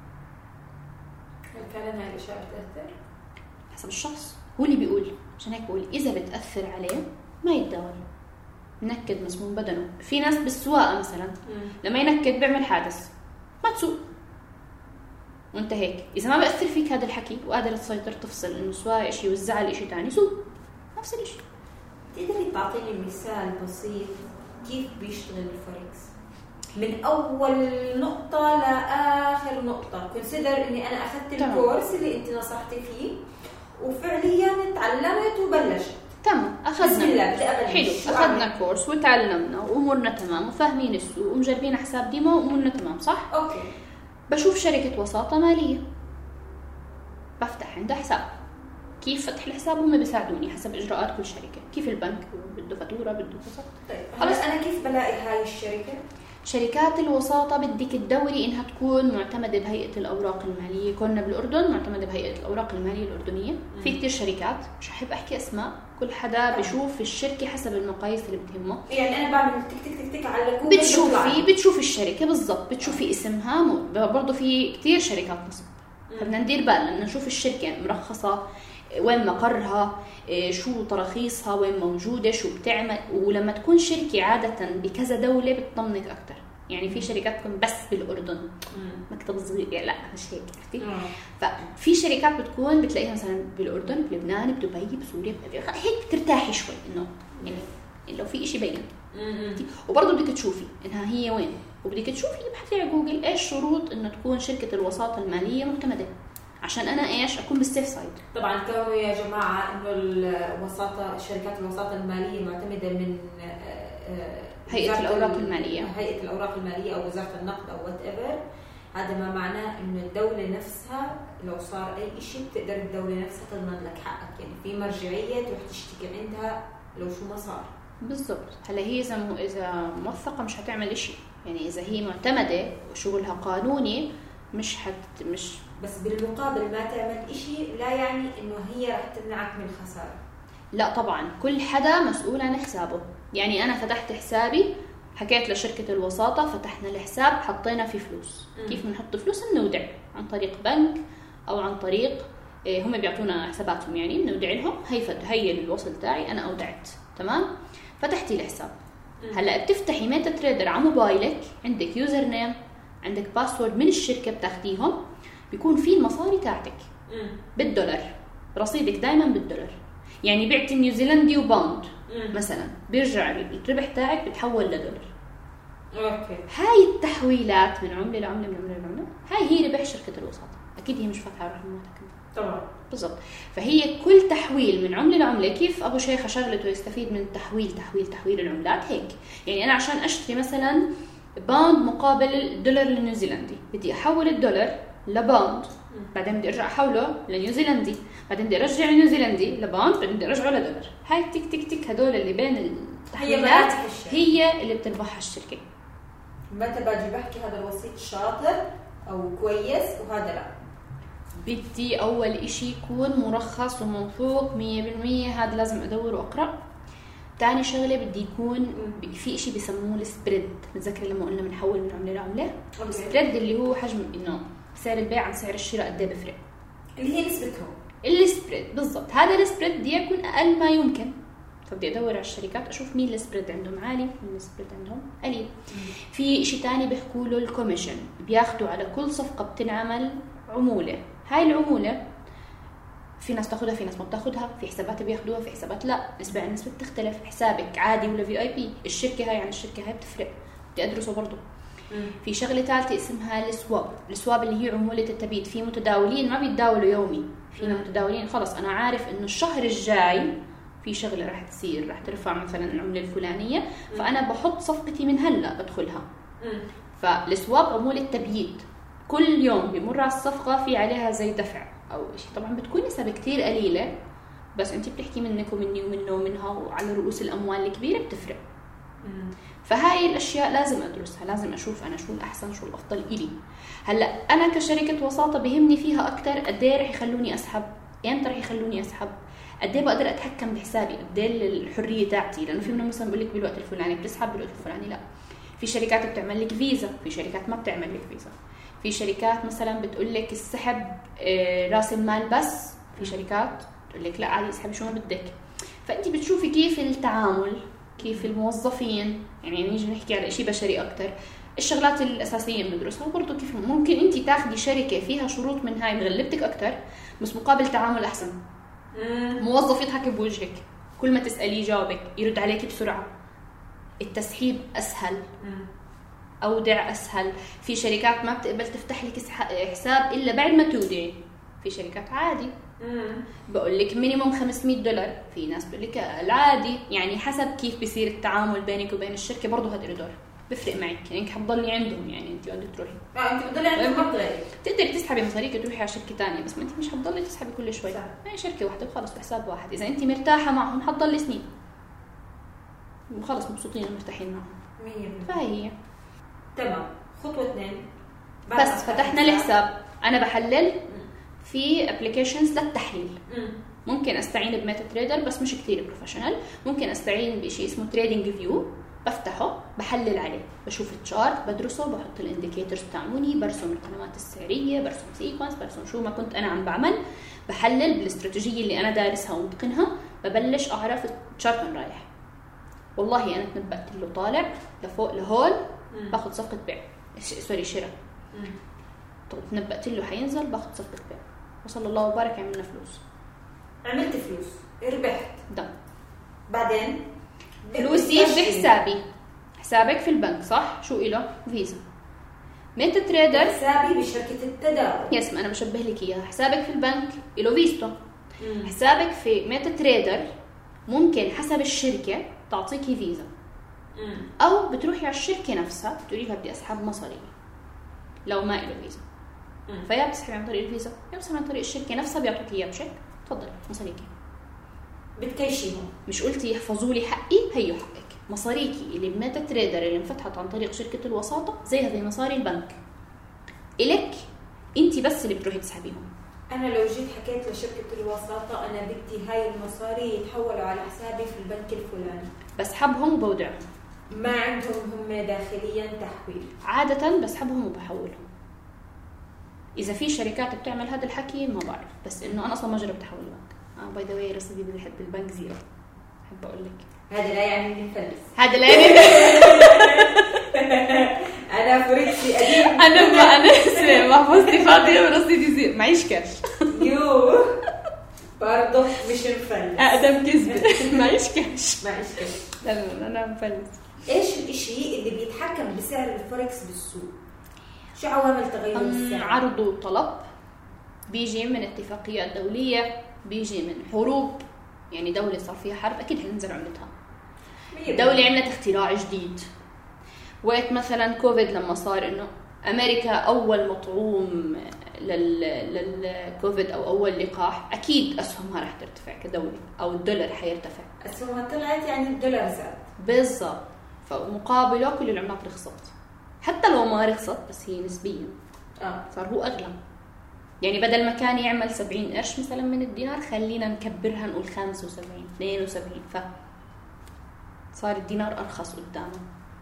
فعلا هاي الاشياء بتاثر حسب الشخص، هو اللي بيقول. عشان هيك بقول اذا بتاثر عليه ما يتداول، نكد مسموم بدنه. في ناس بالسواقه مثلا لما ينكد بيعمل حادث، ما تسوق وانت هيك. اذا ما بياثر فيك هذا الحكي وقادر تسيطر تفصل انه السواقه شيء والزعل شيء ثاني، سوق نفس الشيء. تقدري تعطيني مثال بسيط كيف بيشتغل الفوركس من اول نقطه لاخر نقطه؟ كونسيدر اني انا اخذت الكورس اللي انت نصحتي فيه وفعليا تعلمت وبلشت. تمام، اخذنا حلو، اخذنا كورس وتعلمنا وامورنا تمام وفاهمين السوق ومجربين حساب ديمو وامورنا تمام، صح؟ اوكي. بشوف شركه وساطه ماليه، بفتح عندها حساب. كيف فتح الحساب؟ هم بيساعدوني حسب اجراءات كل شركه، كيف البنك بده فاتوره بده وساطه. طيب خلص انا كيف بلاقي هاي الشركه؟ شركات الوساطة بدك تدوري إنها تكون معتمدة بهيئة الأوراق المالية. كنا بالأردن معتمدة بهيئة الأوراق المالية الأردنية. في كتير شركات، مش هحب أحكي أسماء، كل حدا بشوف الشركة حسب المقاييس اللي بتهمه. يعني أنا بعمل تك تك تك تك على جوجل، بتشوفي الشركة بالضبط، بتشوفي اسمها. برضو في كتير شركات نصب، فبدنا ندير بالنا نشوف الشركة مرخصة، وين مقرها، شو تراخيصها، وين موجودة، شو بتعمل. ولما تكون شركة عادة بكذا دولة بتطمنك أكتر. يعني في شركات تكون بس بالأردن، مكتب صغير، يعني لا مش هيك، عرفتي؟ ففي شركات بتكون بتلاقيها مثلا بالأردن، بلبنان، بدبي، بسوريا، هيك بترتاحي شوي إنه يعني لو في إشي بين. وبرضه بدك تشوفي إنها هي وين، وبدك تشوفي ابحثي على جوجل إيش شروط إنه تكون شركة الوساطة المالية معتمدة، عشان أنا إيش أكون بالسيف سايد. طبعا كونوا يا جماعة إنه الوساطة، شركات الوساطة المالية معتمدة من هيئة الأوراق المالية، هيئة الأوراق المالية أو وزارة النقد أو whatever. هذا ما معناه إنه الدولة نفسها لو صار أي إشي بتقدر الدولة نفسها تضمن لك حقك، يعني في مرجعية تروح تشتكي عندها لو شو ما صار. بالضبط. هلا هي إذا موثقة مش هتعمل إشي، يعني إذا هي معتمدة وشغلها قانوني مش بس بالمقابل ما تعمل إشي لا يعني إنه هي رح تمنعك من الخسارة. لا طبعا، كل حدا مسؤول عن حسابه. يعني أنا فتحت حسابي، حكيت لشركة الوساطة، فتحنا الحساب، حطينا فيه فلوس. كيف بنحط فلوس؟ بنودع عن طريق بنك أو عن طريق هم بيعطونا حساباتهم، يعني بنودع لهم هي الوصل تاعي أنا أودعت. تمام، فتحتي الحساب. هلا بتفتحي ميتا تريدر على موبايلك، عندك يوزر نيم، عندك باسورد من الشركة بتاخديهم، بيكون فيه المصاري تاعتك بالدولار، رصيدك دايما بالدولار. يعني بعتي نيوزيلندي وباوند مثلا، بيرجع الربح تاعك بتحول لدولار. اوكي. هاي التحويلات من عملة لعملة من عملة لعملة، هاي هي ربح شركة الوساطة. أكيد هي مش فاتحة رحمتك طبعا. بالضبط. فهي كل تحويل من عملة لعملة، كيف أبو شيخة شغلته يستفيد من تحويل العملات هيك. يعني أنا عشان أشتري مثلا باوند مقابل الدولار النيوزيلندي، بدي أحول الدولار لباوند، بعدين بدي أرجع أحوله لنيوزيلندي، بعدين بدي أرجع النيوزيلندي لباوند، بعدين بدي أرجعه لدولار. هاي تك تك تك، هدول اللي بين التحويلات هي اللي بتربحها الشركة. متى باجي بحكي هذا الوسيط شاطر أو كويس وهذا لا؟ بدي أول إشي يكون مرخص وموثوق 100%، هذا لازم أدور وأقرأ. تاني شغلة بدي يكون في إشي بيسموه السبريد. متذكر لما قلنا بنحول من عملة لعملة؟ السبريد اللي هو حجم إنه سعر البيع عن سعر الشراء قد ايه بفرق، اللي هي نسبتهم. السبريد بالضبط. هذا السبريد بدي يكون أقل ما يمكن، فبدي أدور على الشركات أشوف مين السبريد عندهم عالي مين السبريد عندهم قليل. في إشي تاني بيحكوا له الكوميشن، بياخدوا على كل صفقة بتنعمل عمولة. هاي العمولة في ناس تاخدها في ناس ما بتاخدها، في حسابات بياخدوها في حسابات لا، نسبة عن نسبة تختلف. حسابك عادي ولا VIP، الشركة هاي عن الشركة هاي بتفرق، بدي أدرسه برضو. في شغلة ثالثة اسمها السواب اللي هي عمولة التبييت. في متداولين ما بيتداولوا يومي، فينا متداولين خلص أنا عارف إنه الشهر الجاي في شغلة راح تصير، راح ترفع مثلا العملة الفلانية، فأنا بحط صفقتي من هلا بدخلها. فالسواب عمولة تبييت، كل يوم بمر على الصفقة في عليها زي دفع أو شيء. طبعا بتكون نسبة كتير قليلة، بس أنت بتحكي منك ومني ومنه ومنها، وعلى رؤوس الأموال الكبيرة بتفرق. فهاي الأشياء لازم أدرسها، لازم أشوف أنا شو الأحسن شو الأفضل إلي. هلأ أنا كشركة وساطة بهمني فيها أكتر قد ايه رح يخلوني أسحب، إمتى رح يخلوني أسحب، قد ايه بقدر أتحكم بحسابي، قد ايه الحرية تاعتي. لأنه في منهم مثلا بقول لك بالوقت الفلاني بتسحب، بالوقت الفلاني لا. في شركات بتعمل لك فيزا، في شركات ما بتعمل لك فيزا. في شركات مثلا بتقول لك السحب راس المال بس، في شركات بتقول لك لا عادي اسحبي شو ما بدك. فأنت بتشوفي كيف التعامل، كيف الموظفين، يعني نيجي نحكي على شيء بشري أكتر. الشغلات الأساسية بندرسها، وبرضه كيف ممكن أنت تاخدي شركة فيها شروط من هاي مغلبتك أكتر بس مقابل تعامل أحسن. موظف يضحك بوجهك، كل ما تسأليه يجاوبك، يرد عليك بسرعة، التسحيب أسهل، أودع أسهل. في شركات ما بتقبل تفتح لك حساب إلا بعد ما تودعي، في شركات عادي بقول لك مينيموم $500. في ناس بقول لك العادي، يعني حسب كيف بيصير التعامل بينك وبين الشركة. برضه هذا دور بفرق معك، يعني انك حتضلي عندهم، يعني انت بدك تروحي انت بتضلي عندهم مبلغ تقدري تسحبي مصاريك تروحي على شركه ثانيه، بس ما انت مش حتضلي تسحبي كل شوي. هي شركه واحده وخلص بحساب واحد. اذا انت مرتاحه معهم حتضلي سنين وخلص مبسوطين ومرتاحين معهم. فهي تمام. خطوه 2 بس فتحنا الحساب. انا بحلل في ابلكيشنز للتحليل. ممكن استعين بميتا تريدر بس مش كتير بروفيشنال. ممكن استعين بشيء اسمه تريدنج فيو، بفتحه بحلل عليه، بشوف الشارت، بدرسه، بحط الانديكيتورز تاعوني، برسم القنوات السعريه، برسم سيكونس، برسم شو ما كنت انا عم بعمل، بحلل بالاستراتيجيه اللي انا دارسها ومتقنها، ببلش اعرف الشارت وين رايح. والله انا تنبأت له طالع لفوق لهول باخذ صفقه بيع، شراء. طب تنبأت له حينزل باخذ صفقه بيع، وصلى الله وبارك عملنا فلوس، عملت فلوس، ربحت. ده بعدين فلوسي بحسابي، حسابك في البنك صح؟ شو إله؟ فيزا. ميتا تريدر حسابي بشركة التداول. يس، ما أنا بشبه لك إياها. حسابك في البنك إله فيزتو. حسابك في ميتا تريدر ممكن حسب الشركة تعطيكي فيزا، او بتروحي على الشركه نفسها بتقولي لها بدي اسحب مصاري لو ما له فيزا، فيا بتسحبي عن طريق الفيزا يا بتسحبي عن طريق الشركه نفسها بيعطوك اياه بشيك، تفضلي مصاريكي. بتكيشيهم. مش قلتي يحفظوا لي حقي؟ هيو حقك. مصاريكي اللي بميتا تريدر اللي انفتحت عن طريق شركه الوساطه زيها زي مصاري البنك الك انت، بس اللي بتروحي تسحبيهم. انا لو جيت حكيت لشركه الوساطه انا بدي هاي المصاري يتحولوا على حسابي في البنك الفلاني، بسحبهم وبودعهم. ما عندهم هم داخليا تحويل؟ عاده بسحبهم وبحولهم. اذا في شركات بتعمل هذا الحكي ما بعرف، بس انه انا اصلا ما جربت احول البنك. باي ذا واي رصيدي بالبنك زيرو. احب اقول لك هذا لا يعني اني مفلس. هذا لا يعني انا فريكسي قديم. انا اسمع محفظتي فاضيه ورصيدي زيرو، معيش كاش. يو برضه مش مفلس. اقدم كذبه. معيش كاش. لا انا مفلس. ايش الاشي اللي بيتحكم بسعر الفوركس بالسوق؟ شو عوامل تغير السعر؟ عرض وطلب، بيجي من اتفاقيات دوليه، بيجي من حروب. يعني دولة صار فيها حرب أكيد هننزل عملتها. دولة عملت اختراع جديد. وقت مثلا كوفيد لما صار إنه أمريكا أول مطعوم للكوفيد أو أول لقاح، أكيد أسهمها رح ترتفع كدولة، أو الدولار حيرتفع. أسهمها طلعت يعني الدولار زاد. بالضبط. فمقابله كل العملات رخصت، حتى لو ما رخصت بس هي نسبيا صار هو أغلى. يعني بدل ما كان يعمل 70 قرش مثلا من الدينار، خلينا نكبرها نقول 75 72، صار الدينار أرخص قدامه،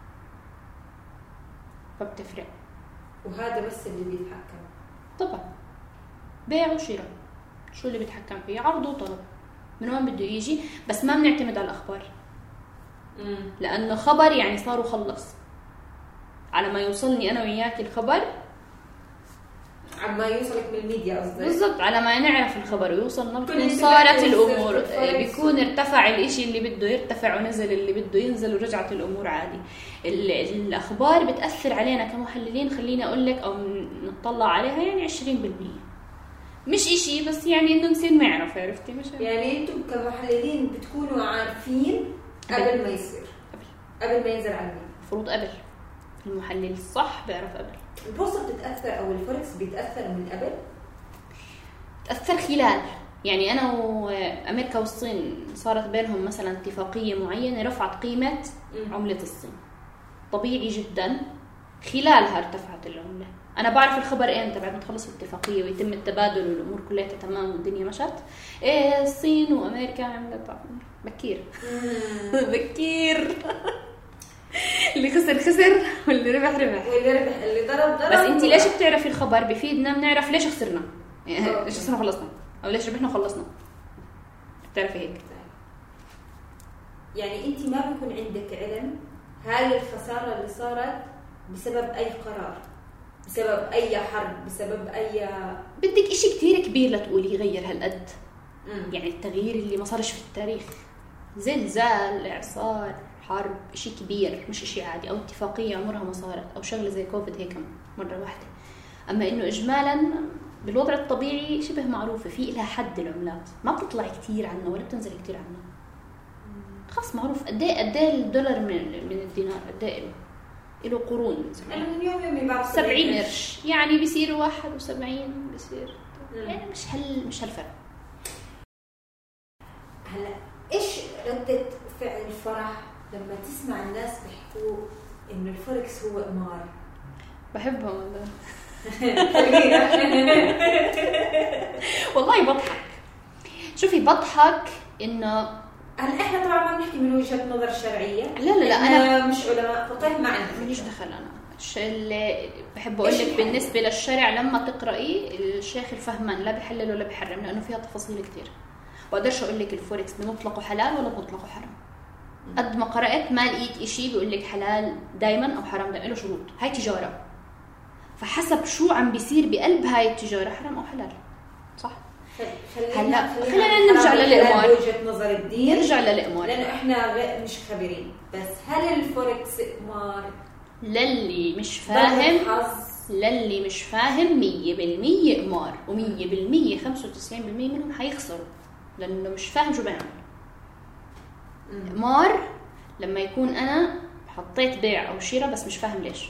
فبتفرق. وهذا بس اللي بيتحكم طبعا. بيع وشراء، شو اللي بيتحكم فيه؟ عرض وطلب. من وين بده يجي؟ بس ما بنعتمد على الأخبار، لأنه خبر يعني صار وخلص. على ما يوصلني أنا وياك الخبر، عما يوصلك من الميديا قصدي. بالضبط، على ما نعرف الخبر ويوصلنا بتكون صارت الأمور، بيكون ارتفع الإشي اللي بده يرتفع ونزل اللي بده ينزل ورجعت الأمور عادي. الأخبار بتأثر علينا كمحللين، خليني أقول لك أو نطلع عليها يعني 20%. مش إشي بس يعني إنه نصير نعرف. عرفتي؟ مش يعني أنتم كمحللين بتكونوا عارفين قبل ما يصير، قبل ما ينزل على الميديا. المفروض قبل. المحلل الصح بيعرف قبل. البورصة بتتأثر أو الفوركس بيتأثر من قبل؟ تأثر خلال، يعني أنا وأمريكا والصين صارت بينهم مثلا اتفاقية معينة رفعت قيمة عملة الصين، طبيعي جدا خلالها ارتفعت العملة. أنا بعرف الخبر إمتى؟ بعد ما تخلص الاتفاقية ويتم التبادل والأمور كلها تمام والدنيا مشت. الصين وأمريكا عملت بكير. بكير. اللي خسر واللي ربح اللي ضرب. بس انت ليش بتعرفي الخبر؟ بفيدنا بنعرف ليش خسرنا، ليش خسرنا وخلصنا، او ليش ربحنا وخلصنا. بتعرفي هيك؟ يعني انت ما بيكون عندك علم هاي الخسارة اللي صارت بسبب اي قرار، بسبب اي حرب، بسبب اي، بدك اشي كتير كبير لتقولي يغير هالقد. يعني التغيير اللي ما صارش في التاريخ، زلزال، اعصار، حرب، إشي كبير مش إشي عادي، أو اتفاقية عمرها ما صارت، أو شغلة زي كوفيد هيك مرة واحدة. أما إنه إجمالا بالوضع الطبيعي شبه معروفة، في إلها حد العملات ما بتطلع كتير عنا ولا بتنزل كتير عنا. خلاص معروف قد إيه الدولار من الدينار، قد إيه له قرون. أنا من يومي بعرف 70 قرش، يعني بيصير 71 بيصير، يعني مش هالفرق. هلا إيش ردة فعل الفرح لما تسمع الناس بيحكوا إنه الفوركس هو قمار؟ بحبهم والله. والله بضحك. شوفي بضحك إنه هلا إحنا طبعا ما بنحكي من وجهة نظر شرعية. لا أنا مش علماء فقه، ما عندي ماليش دخل. أنا اللي بحب أقول لك بالنسبة للشرع لما تقرأي الشيخ الفهمان لا بيحلل ولا بيحرم، لأنه فيها تفاصيل كتير. وأقدرش أقول لك الفوركس بمطلقه حلال ولا بمطلقه حرام. قد ما قرأت ما لقيت إشي بيقول لك حلال دايما أو حرام دايما، له شروط. هاي تجارة، فحسب شو عم بيصير بقلب هاي التجارة حرام أو حلال، صح؟ هلا خلينا نرجع للإقمار. وجهة نظر الدين نرجع للإقمار، لأنه إحنا مش خبيرين. بس هل الفوركس إقمار؟ للي مش فاهم 100% إقمار، و100% 95% منهم حيخسروا لأنه مش فاهم شو بيعمل. إقمار لما يكون أنا حطيت بيع أو شراء بس مش فاهم ليش.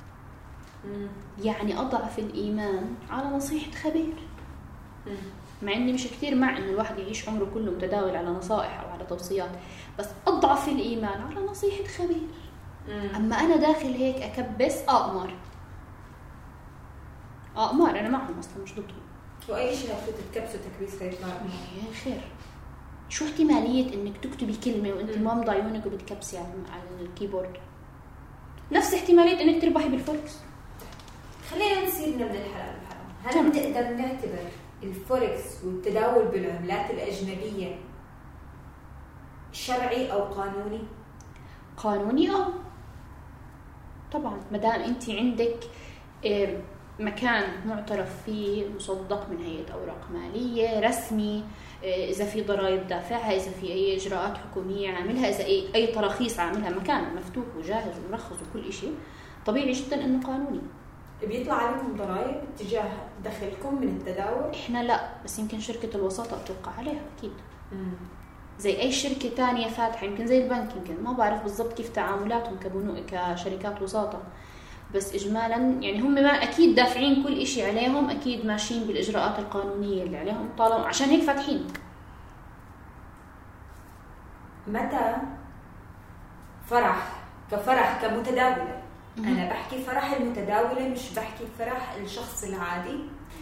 يعني أضعف الإيمان على نصيحة خبير. مع إني مش كتير مع إنه الواحد يعيش عمره كله متداول على نصائح أو على توصيات، بس أضعف الإيمان على نصيحة خبير. أما أنا داخل هيك أكبس أقمر، أنا معهم أصلا مش ضدهم. وأي شيء هتفوت تكبسوا تكبيس هيك يا خير، شو احتمالية إنك تكتبي كلمة وأنت مامضة عيونك وبتكبسي على الكيبورد؟ نفس احتمالية إنك تربحي بالفوركس. خلينا نسيبنا من الحلال والحرام. هل نقدر نعتبر الفوركس والتداول بالعملات الأجنبية شرعي أو قانوني؟ قانوني طبعا، مدام أنت عندك مكان معترف فيه، مصدق من هيئة أوراق مالية رسمي، إذا في ضرائب دافعها، إذا في أي إجراءات حكومية عاملها، إذا أي تراخيص عاملها، مكان مفتوح وجاهز ومرخص وكل إشي، طبيعي جدا إنه قانوني. بيطلع عليكم ضرائب تجاه دخلكم من التداول؟ إحنا لا، بس يمكن شركة الوساطة أتوقع عليها أكيد. زي أي شركة تانية فاتحة، يمكن زي البنك، يمكن ما بعرف بالضبط كيف تعاملاتهم كشركات وساطة، بس إجمالا يعني هم ما أكيد دافعين كل إشي عليهم، أكيد ماشيين بالإجراءات القانونية اللي عليهم، طالما عشان هيك فاتحين. متى فرح كمتداولة، أنا بحكي فرح المتداولة مش بحكي فرح الشخص العادي،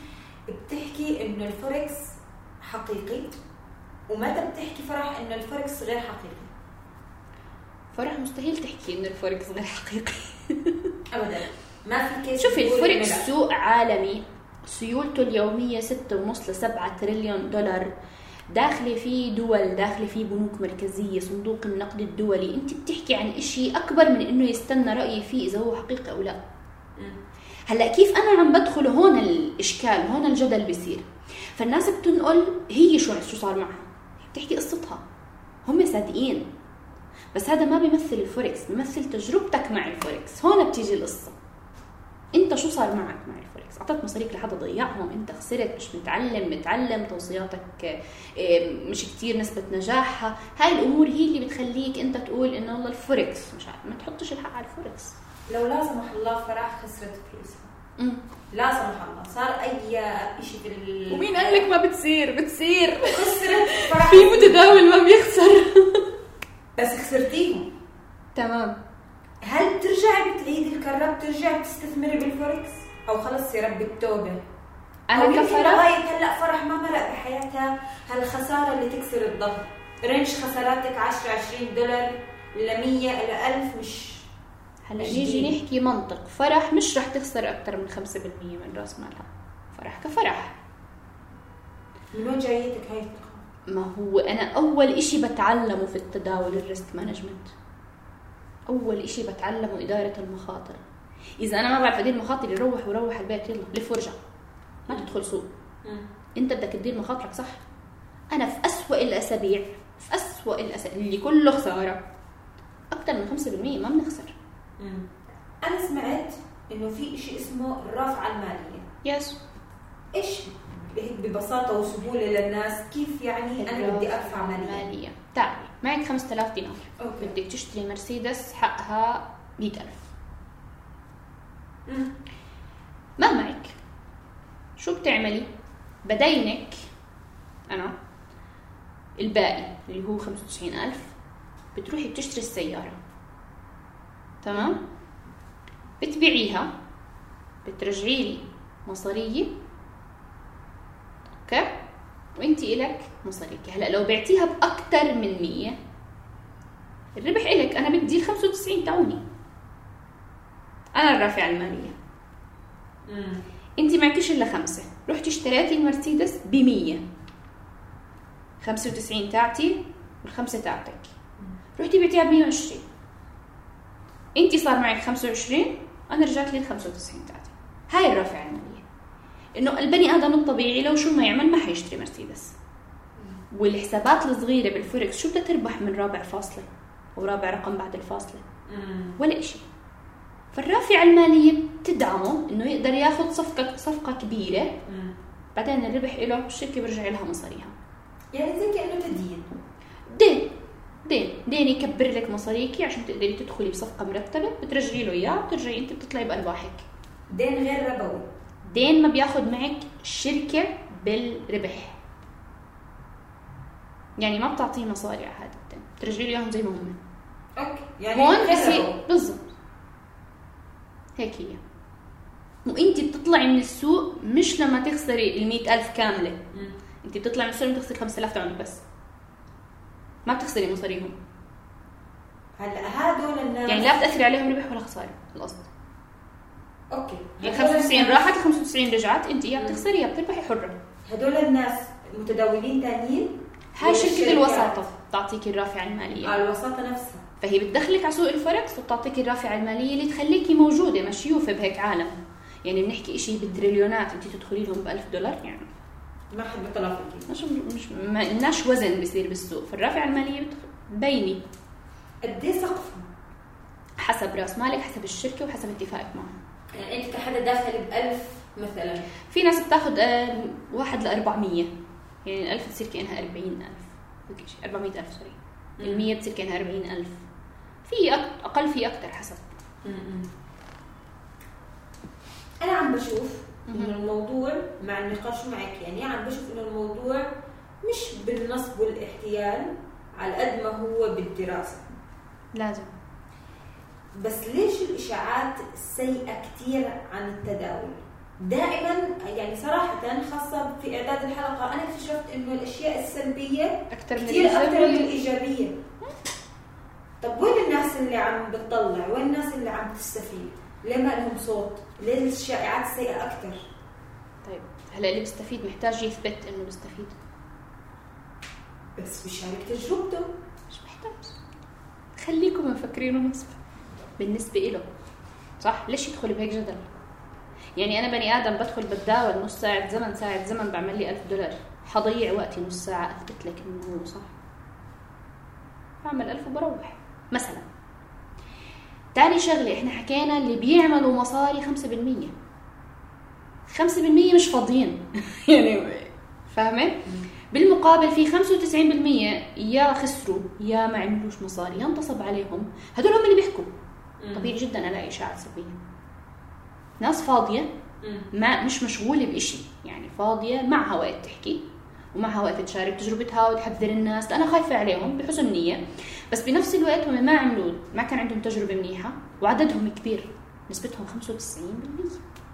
بتحكي إنه الفوركس حقيقي، ومتى بتحكي فرح إنه الفوركس غير حقيقي؟ فرح مستحيل تحكي إنه الفوركس غير حقيقي أبداً، ما في كيس. شوفي الفوركس سوق عالمي سيولته اليومية 6.5 ل 7 تريليون دولار، داخله فيه دول، داخله فيه بنوك مركزية، صندوق النقد الدولي. انت بتحكي عن اشي اكبر من انه يستنى رأيي فيه اذا هو حقيقي او لا. هلأ كيف انا عم بدخل هون الاشكال، هون الجدل بيصير. فالناس بتنقل هي شو صار معها، بتحكي قصتها، هم صادقين، بس هذا ما بيمثل الفوركس، بيمثل تجربتك مع الفوركس. هون بتيجي القصة، انت شو صار معك مع الفوركس؟ اعطيت مصاريك لحد ضيعهم، انت خسرت، مش متعلم، توصياتك مش كتير نسبة نجاحها. هاي الامور هي اللي بتخليك انت تقول انه والله الفوركس مش عارف، ما تحطش الحق على الفوركس. لو لا سمح الله فرح خسرت فلوسها، لا سمح الله صار اي شيء في ومين قال لك ما بتصير خسرت فرح. في متداول ما بيخسر بس خسرتيهم، تمام. هل بترجعي بتعيدي الكرة، بترجعي بتستثمري بالفوركس، او خلص يا رب التوبة؟ انا كفرح لغاية هلا فرح ما مرق بحياتها هالخسارة اللي تكسر الظهر. رينج خساراتك 10-20 دولار ل 100 إلى 1000 مش هلا نيجي نحكي منطق. فرح مش رح تخسر اكثر من 5% من راس مالها. فرح كفرح. من وين جايتك هاي الثقة؟ ما هو انا اول اشي بتعلمه في التداول الريسك مانجمنت، اول اشي بتعلمه ادارة المخاطر. اذا انا ما بعرف ادير مخاطري روح البيت، يلا لف وارجع، ما تدخل سوق. انت بدك تدير مخاطرك صح. انا في اسوأ الاسابيع، اللي كله خسارة، اكثر من 5% ما بنخسر. انا سمعت انه في شيء اسمه الرافعة المالية. يس. ايش هيك ببساطة وسهولة للناس كيف يعني انا بدي ارفع مالية؟ تعالي معك 5000 دينار، بدك تشتري مرسيدس حقها 100,000. ما معك، شو بتعملي؟ بدينك أنا الباقي اللي هو 95,000، بتروحي بتشتري السيارة، تمام؟ بتبيعيها، بترجعي لي مصاريي، اوكي؟ وانتي إلك مصاريك. هلا لو بعتيها بأكتر من 100 الربح إلك، أنا بدي 95 تاوني، أنا الرافعة المالية. انتي معكيش إلا 5، رحتي اشتريتي المرسيدس ب100، 95 تاعتي وال5 تاعتك، رحتي بعتيها ب120، انتي صار معك 25، أنا رجعت لي 95 تاعتي. هاي الرافعة المالية. إنه البني آدم الطبيعي لو شو ما يعمل ما حيشتري مرسيدس. والحسابات الصغيرة بالفوركس شو بدها تربح من رابع فاصلة ورابع رقم بعد الفاصلة؟ ولا إشي. فالرافعة المالية بتدعمه إنه يقدر ياخد صفقة كبيرة، بعدين الربح إله الشركة برجع لها مصاريها. يعني زي كأنه تدين. دين دين يكبر لك مصاريكي عشان تقدري تدخلي بصفقة مرتبة، بترجعي له إياه وترجعي أنت بتطلعي بأرباحك. دين غير ربوي، دين ما بياخد معك الشركة بالربح، يعني ما بتعطيه مصاري على هذا الدين، بترجعي له إياهم زي ما هم. أوكي، يعني هون بالضبط هيك هي. وانت بتطلعي من السوق مش لما تخسري 100,000 كاملة، انت بتطلعي من السوق لما تخسري 5,000 تاعهم بس، ما بتخسري مصاريهم. هلا هذول الناس يعني لا بتأثري عليهم ربح ولا خسارة القصد. اوكي، يعني 95 راحت 95 رجعت، انت يا بتخسري يا بتربحي حرة. هدول الناس متداولين ثانيين، هاي شركة الوساطة بتعطيك الرافعة المالية. الوساطة نفسها، فهي بتدخلك على سوق الفوركس وبتعطيك الرافعة المالية اللي تخليكي موجودة مشيوفة بهيك عالم. يعني بنحكي إشي بالتريليونات، انت تدخلي لهم ب$1000 يعني ما حد بيطلع فيكي، مش ما لناش وزن بيصير بالسوق. فالرافعة المالية بتبيني قد ايه سقفها حسب راس مالك، حسب الشركة وحسب اتفاقك معهم. يعني انت كحدا داخل ب1000 مثلا، في ناس بتاخد 1 ل400، يعني 1000 بتصير كأنها 40,000 400,000 سوري، 100 بتصير كأنها 40,000. في أقل في أكتر حسب. أنا عم بشوف إنه الموضوع مع النقاش معك، يعني عم بشوف إنه الموضوع مش بالنصب والاحتيال على قد ما هو بالدراسة. لازم. بس ليش الإشاعات السيئة كتير عن التداول؟ دائما يعني صراحة خاصة في إعداد الحلقة أنا اكتشفت إنه الأشياء السلبية كتير أكتر من الإيجابية. طب وين الناس اللي عم بتطلع؟ وين الناس اللي عم تستفيد؟ ليه ما لهم صوت؟ ليه الشائعات السيئة أكتر؟ طيب هلا اللي بيستفيد محتاج يثبت إنه بيستفيد، بس بيشارك تجربته. مش محتاج. خليكم مفكرينه مثبت بالنسبة إله، صح؟ ليش يدخل بهيك جدل؟ يعني أنا بني آدم بدخل بتداول نص ساعة زمن، ساعة زمن بعمل لي $1000، حضيع وقتي نص ساعة أثبت لك إنه هو صح. بعمل 1000 وبروح مثلا. تاني شغلة إحنا حكينا اللي بيعملوا مصاري 5%، 5% مش فاضيين يعني فاهمة؟ بالمقابل في 95% يا خسروا يا ما عملوش مصاري يا انتصب عليهم. هدول هم اللي بيحكوا. طبيعي جدا ألاقي إشاعات سلبية، ناس فاضية ما مش مشغولة بإشي، يعني فاضية معها وقت تحكي ومعها وقت تشارك تجربتها وتحذر الناس لأنا خايفة عليهم بحسن نية، بس بنفس الوقت هم ما كان عندهم تجربة منيحة وعددهم كبير، نسبتهم 95%.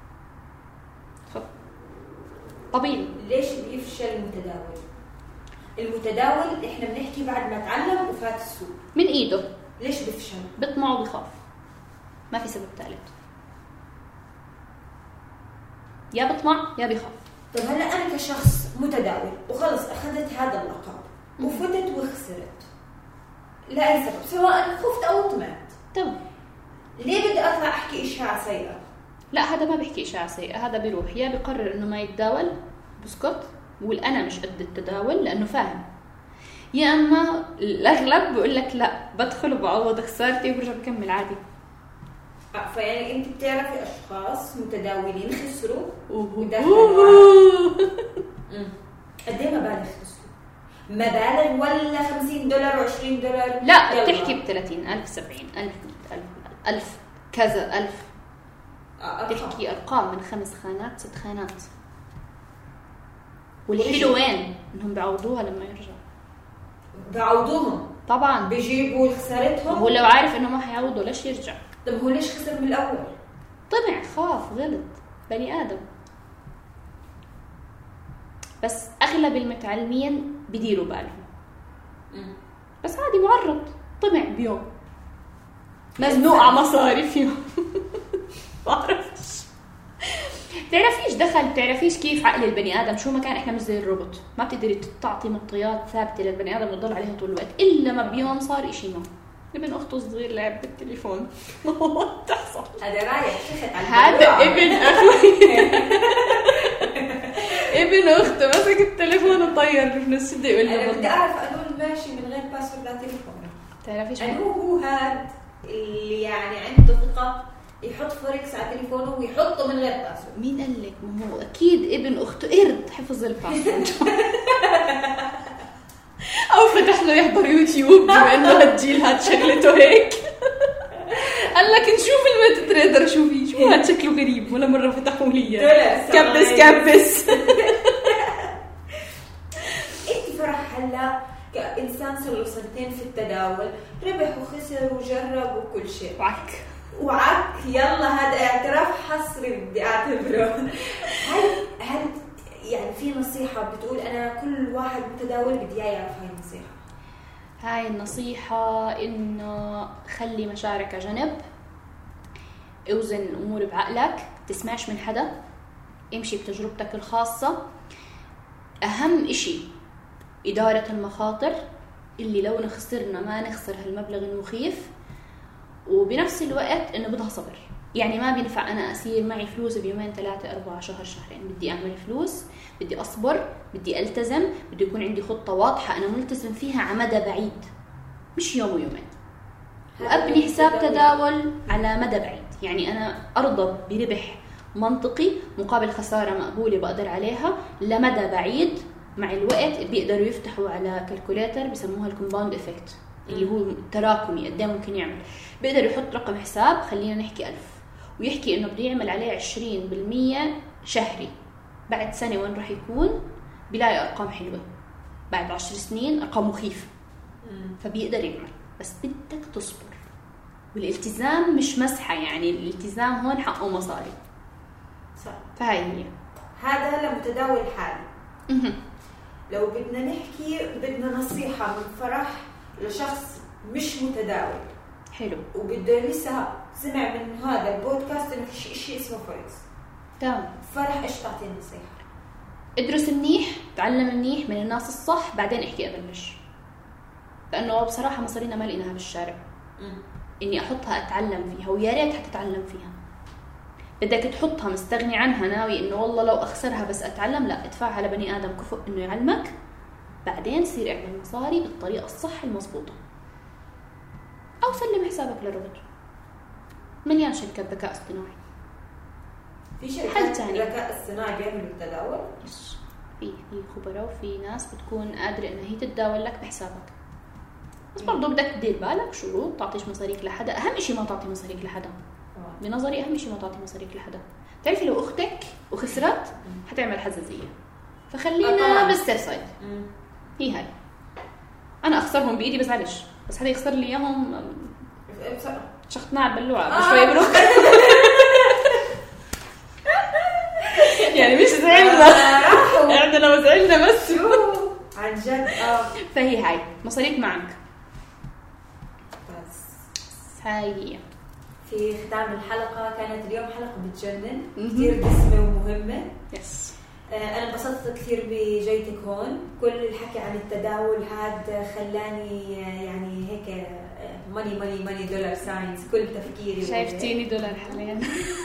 طبيعي. ليش بيفشل المتداول؟ المتداول احنا بنحكي بعد ما تعلم وفات السوق من ايده. ليش بيفشل؟ بيطمع وبيخاف، ما في سبب ثالث، يا بيطمع يا بيخاف. طب هلا انا كشخص متداول وخلص اخذت هذا اللقب وفتت وخسرت لاي سبب، سواء خفت او طمعت، طب ليه بدي اطلع احكي اشاعه سيئه؟ لا هذا ما بيحكي اشاعه سيئه، هذا بيروح يا بيقرر انه ما يتداول بسكت ويقول انا مش قد التداول لانه فاهم، يا اما الاغلب بيقول لك لا بدخل وبعوض خسارتي وبرجع بكمل عادي. فيعني انت بتعرفي اشخاص متداولين خسروا قد ايه مبالغ خسروا؟ مبالغ ولا $50 $20؟ لا بتحكي ب30,000 70,000 100,000 كذا ألف، تحكي أرقام من 5 خانات 6 خانات. والحلو وين؟ إنهم بيعوضوها لما يرجعوا. بيعوضوهم طبعا، بيجيبوا خسارتهم. هو لو عارف إنه ما حيعوضوا ليش يرجع؟ طب هو ليش خسر من الأول؟ طمع، خاف، غلط، بني آدم. بس أغلب المتعلمين بديروا بالهم، بس عادي معرض طمع بيوم مزنوق على مصاري فيهم بعرفش تعرفيش دخل، تعرفيش كيف عقل البني آدم شو ما كان. إحنا مش زي الروبوت، ما بتقدري تعطي معطيات ثابتة للبني آدم وتضل عليها طول الوقت، إلا ما بيوم صار إشي ما. ابن أخته الصغير لعب بالتليفون تحصل. هذا رايح شخت على هذا ابن أخوي ابن أخته مسك التليفون وطير من الشدة يقول له أنا بدي أعرف أقول ماشي من غير باسورد على تليفونه. تعرفيش هو هاد اللي يعني عنده ثقة يحط فوركس على تليفونه ويحطه من غير باسورد. مين قال لك؟ ما هو أكيد ابن أخته قرد حفظ الباسورد أو فتحنا له يحضر يوتيوب بما انه هالجيل هاد شغلته هيك. قال لك نشوف الميتا تريدر شو فيه، شو هاد شكله غريب ولا مرة فتحوا لي كبس. انت فرح هلا كإنسان صار له سنتين في التداول، ربح وخسر وجرب وكل شيء وعك يلا هذا اعتراف حصري بدي اعتبره. هل يعني في نصيحة بتقول انا كل واحد متداول بدي يعرف هاي النصيحة؟ هاي النصيحة إنه خلي مشاعرك جنب، اوزن الأمور بعقلك، تسمعش من حدا، امشي بتجربتك الخاصة. أهم إشي إدارة المخاطر، اللي لو خسرنا ما نخسر هالمبلغ المخيف، وبنفس الوقت إنه بدها صبر. يعني ما بينفع أنا أسير معي فلوس بيومين 3 4 شهر شهرين. بدي أعمل فلوس، بدي أصبر، بدي ألتزم، بدي يكون عندي خطة واضحة أنا ملتزم فيها على مدى بعيد، مش يوم ويومين. وأبني حساب تداول على مدى بعيد، يعني أنا أرضى بربح منطقي مقابل خسارة مقبولة بقدر عليها لمدى بعيد. مع الوقت بيقدروا يفتحوا على كالكوليتر بيسموها الكومباوند إفكت، اللي هو تراكمي قد ايه ممكن يعمل. بيقدر يحط رقم حساب، خلينا نحكي 1000، ويحكي انه بده يعمل عليه 20% شهري. بعد سنة وين راح يكون؟ بيلاقي ارقام حلوة. بعد 10 سنين ارقام مخيفة. فبيقدر يعمل، بس بدك تصبر. والالتزام مش مسحة، يعني الالتزام هون حقه مصاري. صح. فهاي هي. هذا لمتداول حالي. لو بدنا نحكي، بدنا نصيحة من فرح لشخص مش متداول حلو وبده لسه سمع من هذا البودكاست انه في شيء اسمه فوركس. تمام. فرح ايش تعطي النصيحة؟ ادرس منيح، تعلم منيح من الناس الصح، بعدين احكي ابلش. لانه بصراحة مصارينا ما لقيناها بالشارع. اني احطها اتعلم فيها، ويا ريت حتتعلم فيها. بدك تحطها مستغني عنها ناوي انه والله لو اخسرها بس اتعلم، لا، ادفعها لبني ادم كفؤ انه يعلمك، بعدين صير اعمل مصاري بالطريقة الصح المضبوطة. او سلم حسابك للروبوت. مليان شركات ذكاء اصطناعي. في شركات ذكاء اصطناعي بيعملوا التداول؟ في خبراء وفي ناس بتكون قادرة انها هي تتداول لك بحسابك. بس برضو بدك تدير بالك شروط، تعطيش مصاريك لحدا. اهم شيء ما تعطي مصاريك لحدا. بنظري اهم شيء ما تعطي مصاريك لحدا. تعرفي لو اختك وخسرت حتعمل حزازية، فخلينا بالسيف سايد. هي هاي انا اخسرهم بايدي بزعلش، بس حدا يخسر لي اياهم شخطنا على البلوعه بشوي بروح. يعني مش زعلنا، احنا لو زعلنا بس عن جد. فهي هاي مصاريك معك. بس هاي هي. في ختام الحلقة، كانت اليوم حلقة بتجنن، كثير دسمة ومهمة. يس. أنا انبسطت كثير بجيتك هون. كل الحكي عن التداول هذا خلاني يعني هيك ماني دولار ساينس كل تفكيري. شايفتيني دولار حاليا.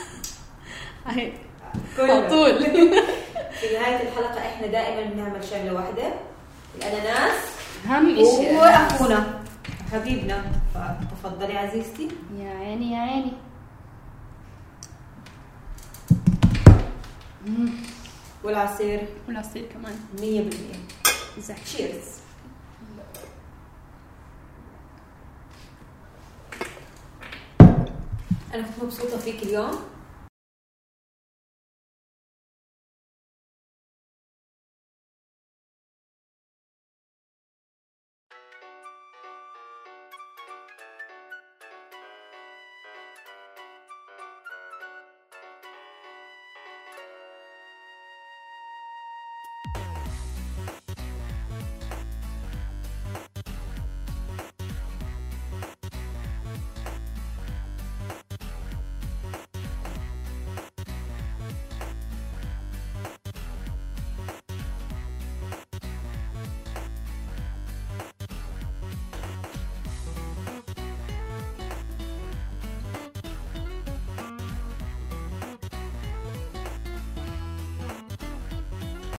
على طول. في نهاية الحلقة احنا دائما بنعمل شغلة واحدة، الأناناس أهم شيء هو أخونا حبيبنا. فتفضلي عزيزتي. يا عيني يا عيني. والعصير كمان 100%. تشيرز. أنا كنت مبسوطة فيك اليوم.